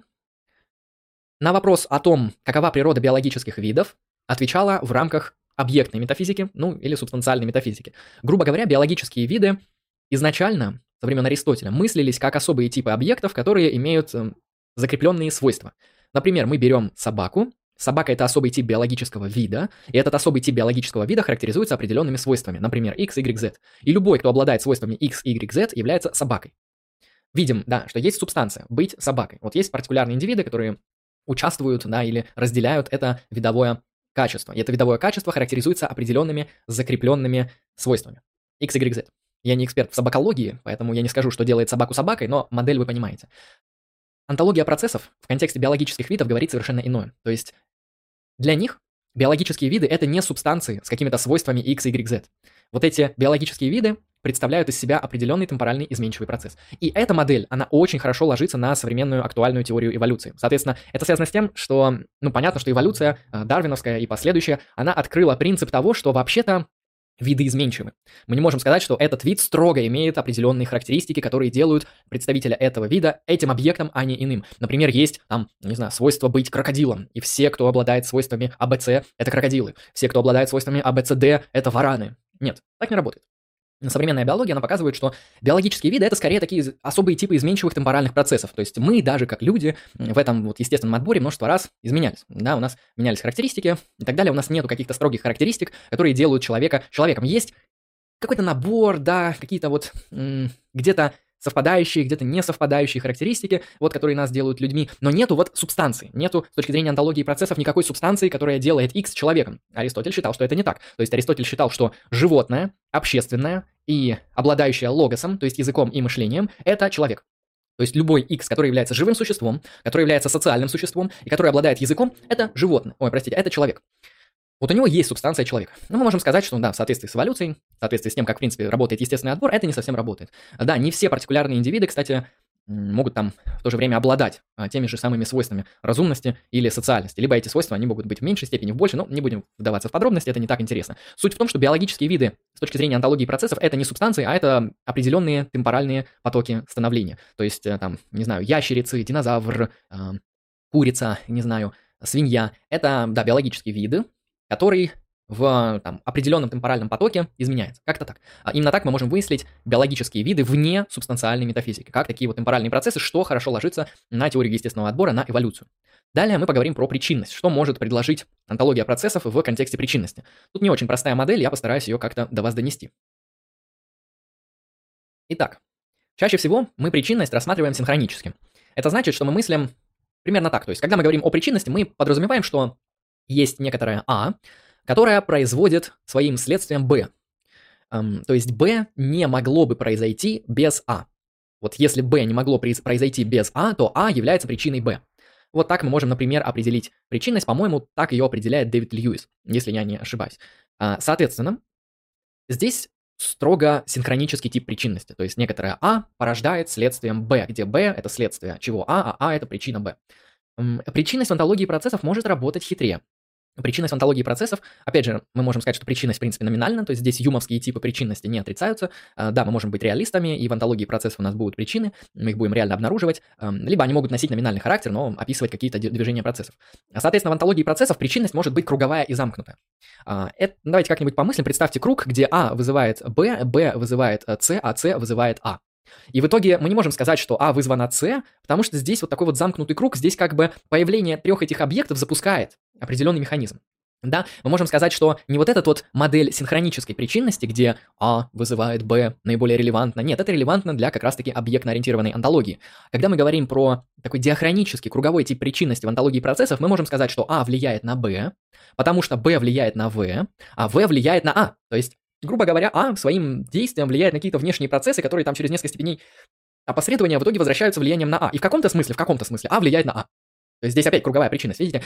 на вопрос о том, какова природа биологических видов, отвечала в рамках объектной метафизики, ну или субстанциальной метафизики. Грубо говоря, биологические виды изначально, со времен Аристотеля, мыслились как особые типы объектов, которые имеют закрепленные свойства. Например, мы берем собаку. Собака – это особый тип биологического вида, и этот особый тип биологического вида характеризуется определенными свойствами, например, X, Y, Z. И любой, кто обладает свойствами X, Y, Z, является собакой. Видим, да, что есть субстанция – быть собакой. Вот есть партикулярные индивиды, которые участвуют, да, или разделяют это видовое качество. И это видовое качество характеризуется определенными закрепленными свойствами. X, Y, Z. Я не эксперт в собакологии, поэтому я не скажу, что делает собаку собакой, но модель вы понимаете. Онтология процессов в контексте биологических видов говорит совершенно иное. То есть для них биологические виды – это не субстанции с какими-то свойствами X, Y, Z. Вот эти биологические виды представляют из себя определенный темпоральный изменчивый процесс. И эта модель, она очень хорошо ложится на современную актуальную теорию эволюции. Соответственно, это связано с тем, что, понятно, что эволюция дарвиновская и последующая, она открыла принцип того, что вообще-то виды изменчивы. Мы не можем сказать, что этот вид строго имеет определенные характеристики, которые делают представителя этого вида этим объектом, а не иным. Например, есть там, не знаю, свойство быть крокодилом, и все, кто обладает свойствами АБЦ, это крокодилы. Все, кто обладает свойствами АБЦД, это вараны. Нет, так не работает. Современная биология, она показывает, что биологические виды – это скорее такие особые типы изменчивых темпоральных процессов. То есть мы даже как люди в этом вот естественном отборе множество раз изменялись. Да, у нас менялись характеристики и так далее. У нас нету каких-то строгих характеристик, которые делают человека человеком. Есть какой-то набор, да, какие-то вот где-то совпадающие, где-то не совпадающие характеристики, вот, которые нас делают людьми, но нету вот субстанции, нету с точки зрения онтологии процессов никакой субстанции, которая делает X человеком. Аристотель считал, что это не так. То есть Аристотель считал, что животное, общественное и обладающее логосом, то есть языком и мышлением, это человек. То есть любой X, который является живым существом, который является социальным существом и который обладает языком, это животное. Это человек. Вот у него есть субстанция человека. Но мы можем сказать, что да, в соответствии с эволюцией, в соответствии с тем, как, в принципе, работает естественный отбор, это не совсем работает. Да, не все партикулярные индивиды, кстати, могут там в то же время обладать теми же самыми свойствами разумности или социальности. Либо эти свойства, они могут быть в меньшей степени, в большей, но не будем вдаваться в подробности, это не так интересно. Суть в том, что биологические виды с точки зрения онтологии процессов это не субстанции, а это определенные темпоральные потоки становления. То есть, там, не знаю, ящерицы, динозавр, курица, не знаю, свинья. Это, да, биологические виды, который в определенном темпоральном потоке изменяется. Как-то так. Именно так мы можем выяснить биологические виды вне субстанциальной метафизики. Как такие вот темпоральные процессы, что хорошо ложится на теорию естественного отбора, на эволюцию. Далее мы поговорим про причинность. Что может предложить онтология процессов в контексте причинности. Тут не очень простая модель, я постараюсь ее как-то до вас донести. Итак, чаще всего мы причинность рассматриваем синхронически. Это значит, что мы мыслим примерно так. То есть, когда мы говорим о причинности, мы подразумеваем, что есть некоторая А, которая производит своим следствием Б. То есть Б не могло бы произойти без А. Вот если Б не могло произойти без А, то А является причиной Б. Вот так мы можем, например, определить причинность. По-моему, так ее определяет Дэвид Льюис, если я не ошибаюсь. Соответственно, здесь строго синхронический тип причинности. То есть некоторая А порождает следствием Б, где Б – это следствие чего А это причина Б. Причинность в онтологии процессов может работать хитрее. Причинность в онтологии процессов, опять же, мы можем сказать, что причинность, в принципе, номинальна, то есть здесь юмовские типы причинности не отрицаются. Да, мы можем быть реалистами, и в онтологии процессов у нас будут причины, мы их будем реально обнаруживать, либо они могут носить номинальный характер, но описывать какие-то движения процессов. Соответственно, в онтологии процессов причинность может быть круговая и замкнутая. Давайте как-нибудь помыслим, представьте круг, где А вызывает Б, Б вызывает С, а С вызывает А. И в итоге мы не можем сказать, что А вызвано С, потому что здесь вот такой вот замкнутый круг, здесь как бы появление трех этих объектов запускает определенный механизм. Да, мы можем сказать, что не вот эта вот модель синхронической причинности, где А вызывает Б наиболее релевантно. Нет, это релевантно для как раз-таки объектно-ориентированной онтологии. Когда мы говорим про такой диахронический круговой тип причинности в онтологии процессов, мы можем сказать, что А влияет на Б, потому что Б влияет на В, а В влияет на А. То есть, грубо говоря, А своим действием влияет на какие-то внешние процессы, которые там через несколько степеней опосредования в итоге возвращаются влиянием на А. И в каком-то смысле А влияет на А. То есть здесь опять круговая причинность, видите?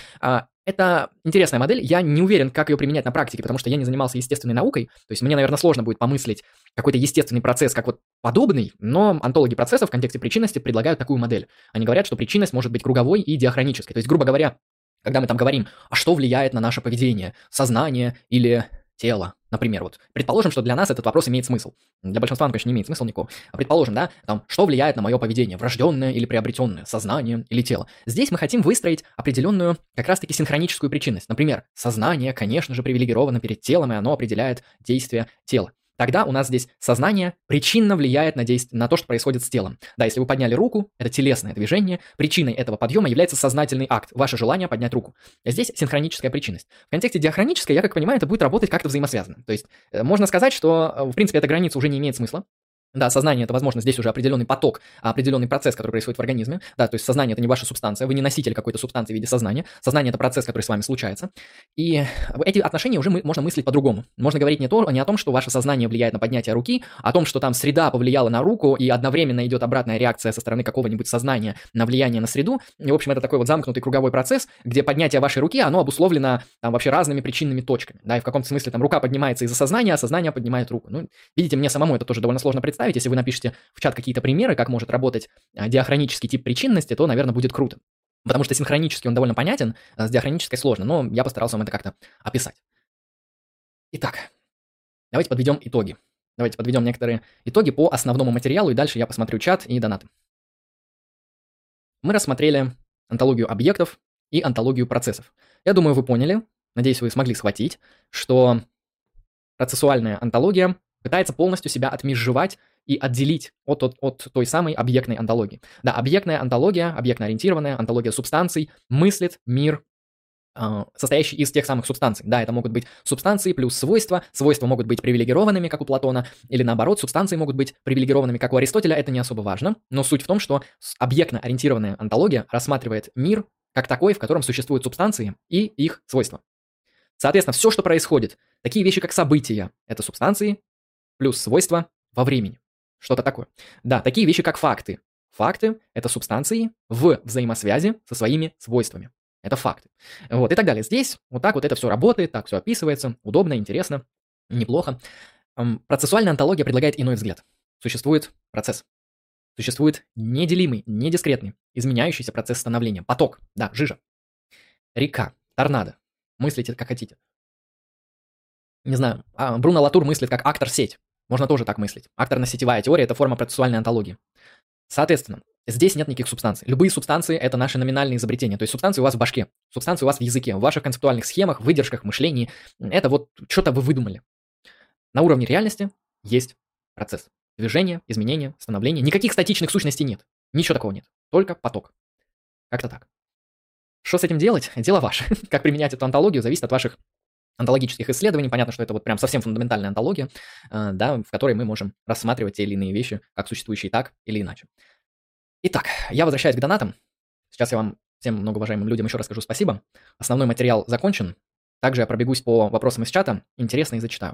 Это интересная модель, я не уверен, как ее применять на практике, потому что я не занимался естественной наукой, то есть мне, наверное, сложно будет помыслить какой-то естественный процесс как вот подобный, но онтологи процессов в контексте причинности предлагают такую модель. Они говорят, что причинность может быть круговой и диахронической. То есть, грубо говоря, когда мы там говорим, а что влияет на наше поведение, сознание или тело, например, вот. Предположим, что для нас этот вопрос имеет смысл. Для большинства он, конечно, не имеет смысла никакого. Предположим, да, там, что влияет на мое поведение, врожденное или приобретенное, сознание или тело. Здесь мы хотим выстроить определенную, как раз-таки, синхроническую причинность. Например, сознание, конечно же, привилегировано перед телом, и оно определяет действие тела. Тогда у нас здесь сознание причинно влияет на то, что происходит с телом. Да, если вы подняли руку, это телесное движение, причиной этого подъема является сознательный акт, ваше желание поднять руку. Здесь синхроническая причинность. В контексте диахронической, я как понимаю, это будет работать как-то взаимосвязанно. То есть можно сказать, что, в принципе, эта граница уже не имеет смысла. Да, сознание – это, возможно, здесь уже определенный поток, определенный процесс, который происходит в организме. Да, то есть сознание – это не ваша субстанция, вы не носитель какой-то субстанции в виде сознания. Сознание – это процесс, который с вами случается. И эти отношения уже можно мыслить по-другому. Можно говорить не о том, что ваше сознание влияет на поднятие руки, а о том, что там среда повлияла на руку, и одновременно идет обратная реакция со стороны какого-нибудь сознания на влияние на среду. И, в общем, это такой вот замкнутый круговой процесс, где поднятие вашей руки, оно обусловлено там вообще разными причинными точками. Да, и в каком-то смысле там рука поднимается из-за сознания, а сознание поднимает руку. Ну, видите, мне самому это тоже довольно сложно представить. Если вы напишите в чат какие-то примеры, как может работать диахронический тип причинности, то, наверное, будет круто. Потому что синхронически он довольно понятен, а с диахронической сложно, но я постарался вам это как-то описать. Итак, давайте подведем итоги. Давайте подведем некоторые итоги по основному материалу, и дальше я посмотрю чат и донаты. Мы рассмотрели онтологию объектов и онтологию процессов. Я думаю, вы поняли, надеюсь, вы смогли схватить, что процессуальная онтология пытается полностью себя отмежевать и отделить от той самой объектной онтологии. Да, объектная онтология, объектно-ориентированная онтология субстанций мыслит мир, состоящий из тех самых субстанций. Да, это могут быть субстанции плюс свойства. Свойства могут быть привилегированными, как у Платона, или наоборот, субстанции могут быть привилегированными, как у Аристотеля. Это не особо важно. Но суть в том, что объектно-ориентированная онтология рассматривает мир как такой, в котором существуют субстанции и их свойства. Соответственно, все, что происходит, такие вещи, как события, это субстанции плюс свойства во времени. Что-то такое. Да, такие вещи, как факты. Факты – это субстанции в взаимосвязи со своими свойствами. Это факты. Вот, и так далее. Здесь вот так вот это все работает, так все описывается, удобно, интересно, неплохо. Процессуальная онтология предлагает иной взгляд. Существует процесс. Существует неделимый, недискретный, изменяющийся процесс становления. Поток, да, жижа. Река, торнадо. Мыслите, как хотите. Не знаю, Бруно Латур мыслит как актор-сеть. Можно тоже так мыслить. Акторно-сетевая теория – это форма процессуальной онтологии. Соответственно, здесь нет никаких субстанций. Любые субстанции – это наши номинальные изобретения. То есть субстанции у вас в башке, субстанции у вас в языке, в ваших концептуальных схемах, выдержках, мышлении. Это вот что-то вы выдумали. На уровне реальности есть процесс. Движение, изменение, становление. Никаких статичных сущностей нет. Ничего такого нет. Только поток. Как-то так. Что с этим делать? Дело ваше. Как применять эту онтологию, зависит от ваших онтологических исследований. Понятно, что это вот прям совсем фундаментальная онтология, да, в которой мы можем рассматривать те или иные вещи, как существующие так или иначе. Итак, я возвращаюсь к донатам. Сейчас я вам, всем многоуважаемым людям, еще раз скажу спасибо. Основной материал закончен. Также я пробегусь по вопросам из чата. Интересно и зачитаю.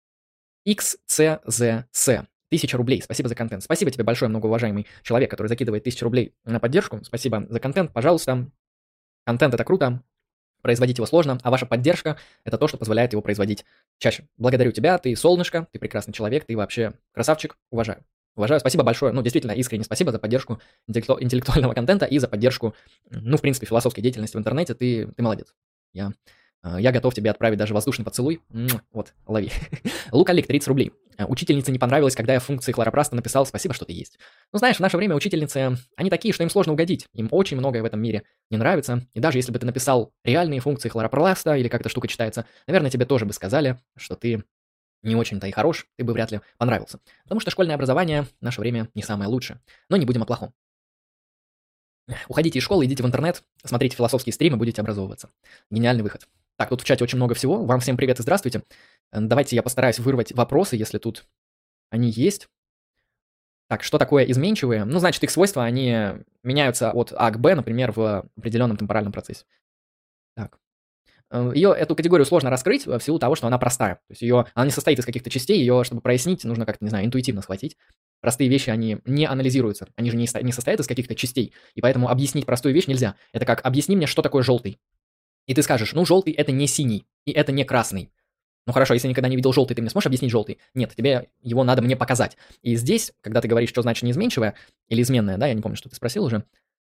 XCZC. 1000 рублей. Спасибо за контент. Спасибо тебе большое, многоуважаемый человек, который закидывает 1000 рублей на поддержку. Спасибо за контент. Пожалуйста. Контент – это круто. Производить его сложно, а ваша поддержка – это то, что позволяет его производить чаще. Благодарю тебя, ты солнышко, ты прекрасный человек, ты вообще красавчик, уважаю. Уважаю, спасибо большое, ну, действительно, искренне спасибо за поддержку интеллектуального контента и за поддержку, ну, в принципе, философской деятельности в интернете, ты молодец. Я готов тебе отправить даже воздушный поцелуй. Вот, лови. Лукалик, 30 рублей. Учительнице не понравилось, когда я функции хлоропласта написал «Спасибо, что ты есть». Ну, знаешь, в наше время учительницы, они такие, что им сложно угодить. Им очень многое в этом мире не нравится. И даже если бы ты написал реальные функции хлоропласта, или как эта штука читается, наверное, тебе тоже бы сказали, что ты не очень-то и хорош, ты бы вряд ли понравился. Потому что школьное образование в наше время не самое лучшее. Но не будем о плохом. Уходите из школы, идите в интернет, смотрите философские стримы, будете образовываться. Гениальный выход. Так, тут в чате очень много всего. Вам всем привет и здравствуйте. Давайте я постараюсь вырвать вопросы, если тут они есть. Так, что такое изменчивые? Ну, значит, их свойства, они меняются от А к Б, например, в определенном темпоральном процессе. Так. Эту категорию сложно раскрыть в силу того, что она простая. То есть она не состоит из каких-то частей, ее, чтобы прояснить, нужно как-то, не знаю, интуитивно схватить. Простые вещи, они не анализируются, они же не состоят из каких-то частей, и поэтому объяснить простую вещь нельзя. Это как объясни мне, что такое желтый. И ты скажешь, ну, желтый это не синий, и это не красный. Ну хорошо, если никогда не видел желтый, ты мне сможешь объяснить желтый? Нет, тебе его надо мне показать. И здесь, когда ты говоришь, что значит неизменчивое или изменное, да, я не помню, что ты спросил уже.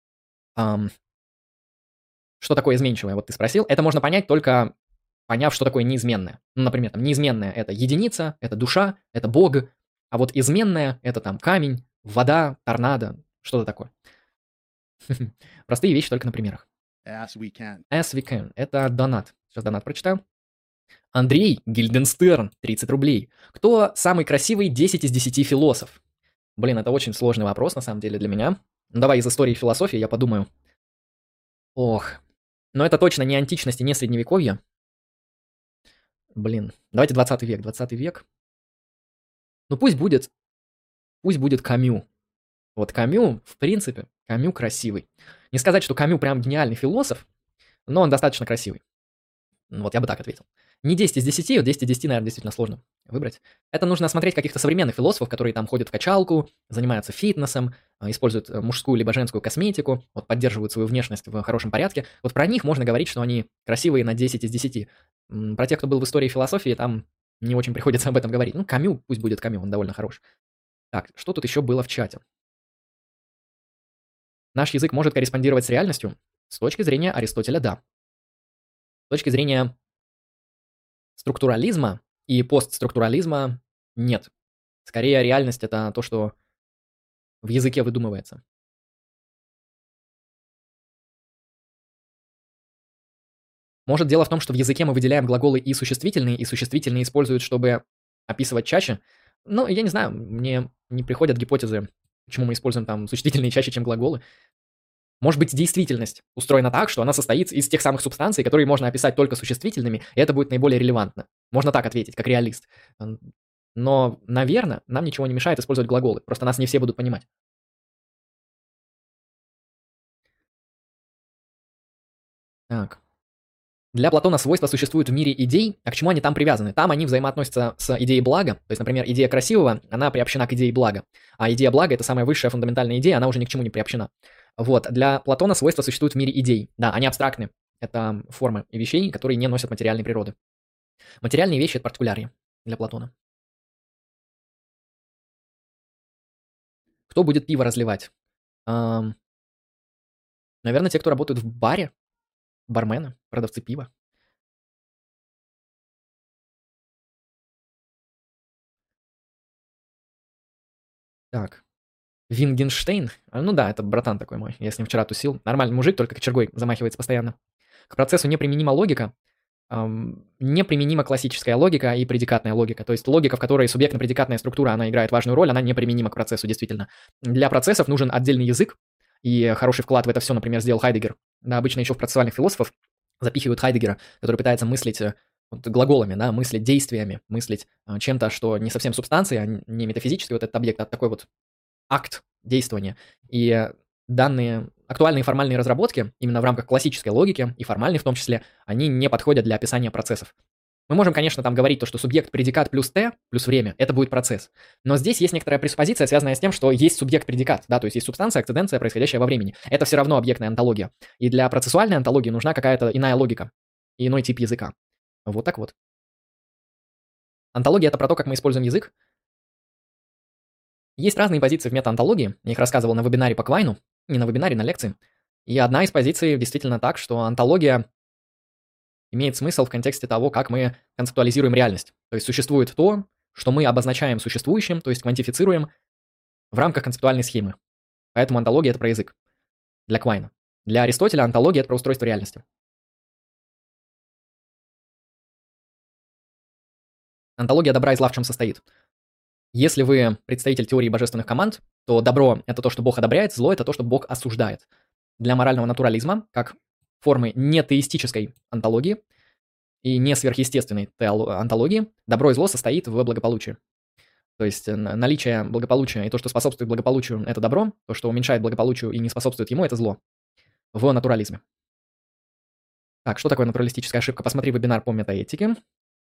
Что такое изменчивое, вот ты спросил. Это можно понять только поняв, что такое неизменное. Ну, например, там неизменное – это единица, это душа, это Бог, а вот изменное – это там камень, вода, торнадо, что-то такое. Простые вещи только на примерах. As we can. As we can. Это донат. Сейчас донат прочитаю. Андрей Гильденстерн, 30 рублей. Кто самый красивый 10 из 10 философ? Блин, это очень сложный вопрос, на самом деле, для меня. Ну, давай из истории философии я подумаю. Ох, но это точно не античность и не средневековье. Блин, давайте 20 век. 20 век. Ну, пусть будет Камю. Вот Камю, в принципе, Камю красивый. Не сказать, что Камю прям гениальный философ, но он достаточно красивый. Вот я бы так ответил. Не 10 из 10, вот 10 из 10, наверное, действительно сложно выбрать. Это нужно смотреть каких-то современных философов, которые там ходят в качалку, занимаются фитнесом, используют мужскую либо женскую косметику, вот поддерживают свою внешность в хорошем порядке. Вот про них можно говорить, что они красивые на 10 из 10. Про тех, кто был в истории философии, там не очень приходится об этом говорить. Ну, Камю, пусть будет Камю, он довольно хорош. Так, что тут еще было в чате? Наш язык может корреспондировать с реальностью? С точки зрения Аристотеля, да. С точки зрения структурализма и постструктурализма нет. Скорее, реальность – это то, что в языке выдумывается. Может, дело в том, что в языке мы выделяем глаголы и существительные используют, чтобы описывать чаще? Ну, я не знаю, мне не приходят гипотезы, почему мы используем там существительные чаще, чем глаголы. Может быть, действительность устроена так, что она состоит из тех самых субстанций, которые можно описать только существительными, и это будет наиболее релевантно. Можно так ответить, как реалист. Но, наверное, нам ничего не мешает использовать глаголы, просто нас не все будут понимать. Так. Для Платона свойства существуют в мире идей, а к чему они там привязаны? Там они взаимоотносятся с идеей блага, то есть, например, идея красивого, она приобщена к идее блага, а идея блага – это самая высшая фундаментальная идея, она уже ни к чему не приобщена. Вот, для Платона свойства существуют в мире идей. Да, они абстрактны, это формы и вещей, которые не носят материальной природы. Материальные вещи – это партикулярия для Платона. Кто будет пиво разливать? Наверное, те, кто работают в баре, бармены, продавцы пива. Так. Вингенштейн. Ну да, это братан такой мой. Я с ним вчера тусил. Нормальный мужик, только кочергой замахивается постоянно. К процессу неприменима логика. Неприменима классическая логика и предикатная логика. То есть логика, в которой субъектно-предикатная структура, она играет важную роль, она неприменима к процессу, действительно. Для процессов нужен отдельный язык, и хороший вклад в это все, например, сделал Хайдеггер. Да, обычно еще в процессуальных философов запихивают Хайдеггера, который пытается мыслить вот, глаголами, да, мыслить действиями, мыслить чем-то, что не совсем субстанция, а не метафизический вот этот объект, а такой вот акт действования. И данные актуальные формальные разработки, именно в рамках классической логики, и формальной в том числе, они не подходят для описания процессов. Мы можем, конечно, там говорить то, что субъект, предикат плюс t, плюс время, это будет процесс. Но здесь есть некоторая пресуппозиция, связанная с тем, что есть субъект-предикат, да, то есть есть субстанция, акциденция, происходящая во времени. Это все равно объектная онтология. И для процессуальной онтологии нужна какая-то иная логика, и иной тип языка. Вот так вот. Онтология – это про то, как мы используем язык. Есть разные позиции в метаонтологии, я их рассказывал на вебинаре по Квайну, не на вебинаре, на лекции. И одна из позиций действительно так, что онтология имеет смысл в контексте того, как мы концептуализируем реальность. То есть существует то, что мы обозначаем существующим, то есть квантифицируем в рамках концептуальной схемы. Поэтому онтология – это про язык для Квайна. Для Аристотеля онтология – это про устройство реальности. Онтология добра и зла в чем состоит? Если вы представитель теории божественных команд, то добро – это то, что Бог одобряет, зло – это то, что Бог осуждает. Для морального натурализма, как формы нетеистической онтологии, и не сверхъестественной онтологии добро и зло состоит в благополучии. То есть наличие благополучия и то, что способствует благополучию, это добро, то, что уменьшает благополучию и не способствует ему, это зло в натурализме. Так, что такое натуралистическая ошибка? Посмотри вебинар по метаэтике.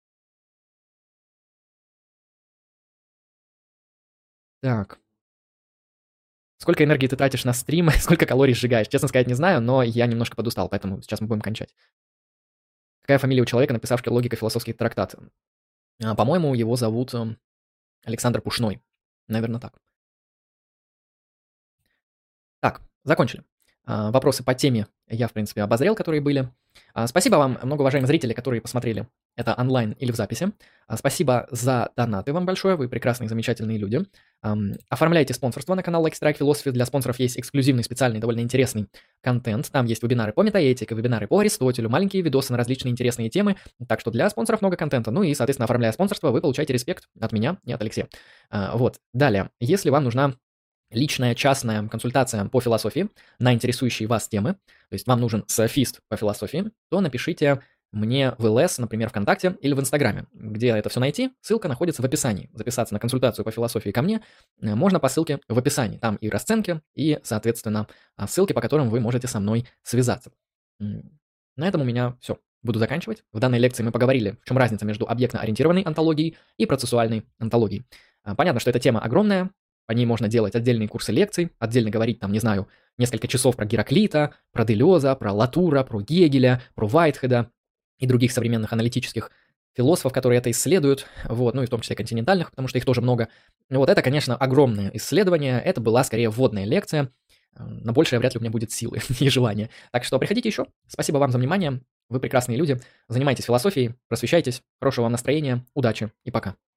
Так. Сколько энергии ты тратишь на стрим, сколько калорий сжигаешь? Честно сказать, не знаю, но я немножко подустал, поэтому сейчас мы будем кончать. Какая фамилия у человека, написавшего логико-философский трактат? По-моему, его зовут Александр Пушной. Наверное, так. Так, закончили. Вопросы по теме я, в принципе, обозрел, которые были. Спасибо вам, многоуважаемые зрители, которые посмотрели это онлайн или в записи. Спасибо за донаты вам большое, вы прекрасные, замечательные люди. Оформляйте спонсорство на канал Lucky Strike Philosophy. Для спонсоров есть эксклюзивный, специальный, довольно интересный контент. Там есть вебинары по метаэтике, вебинары по Аристотелю, маленькие видосы на различные интересные темы. Так что для спонсоров много контента. Ну и, соответственно, оформляя спонсорство, вы получаете респект от меня и от Алексея. Вот. Далее, если вам нужна личная частная консультация по философии на интересующие вас темы, то есть вам нужен софист по философии, то напишите мне в ЛС, например, ВКонтакте или в Инстаграме. Где это все найти? Ссылка находится в описании. Записаться на консультацию по философии ко мне можно по ссылке в описании. Там и расценки, и, соответственно, ссылки, по которым вы можете со мной связаться. На этом у меня все. Буду заканчивать. В данной лекции мы поговорили, в чем разница между объектно-ориентированной онтологией и процессуальной онтологией. Понятно, что эта тема огромная. По ней можно делать отдельные курсы лекций, отдельно говорить, там, не знаю, несколько часов про Гераклита, про Делеза, про Латура, про Гегеля, про Вайтхеда и других современных аналитических философов, которые это исследуют, вот, ну и в том числе континентальных, потому что их тоже много. Вот это, конечно, огромное исследование, это была скорее вводная лекция, на большее вряд ли у меня будет силы и желания. Так что приходите еще, спасибо вам за внимание, вы прекрасные люди, занимайтесь философией, просвещайтесь, хорошего вам настроения, удачи и пока.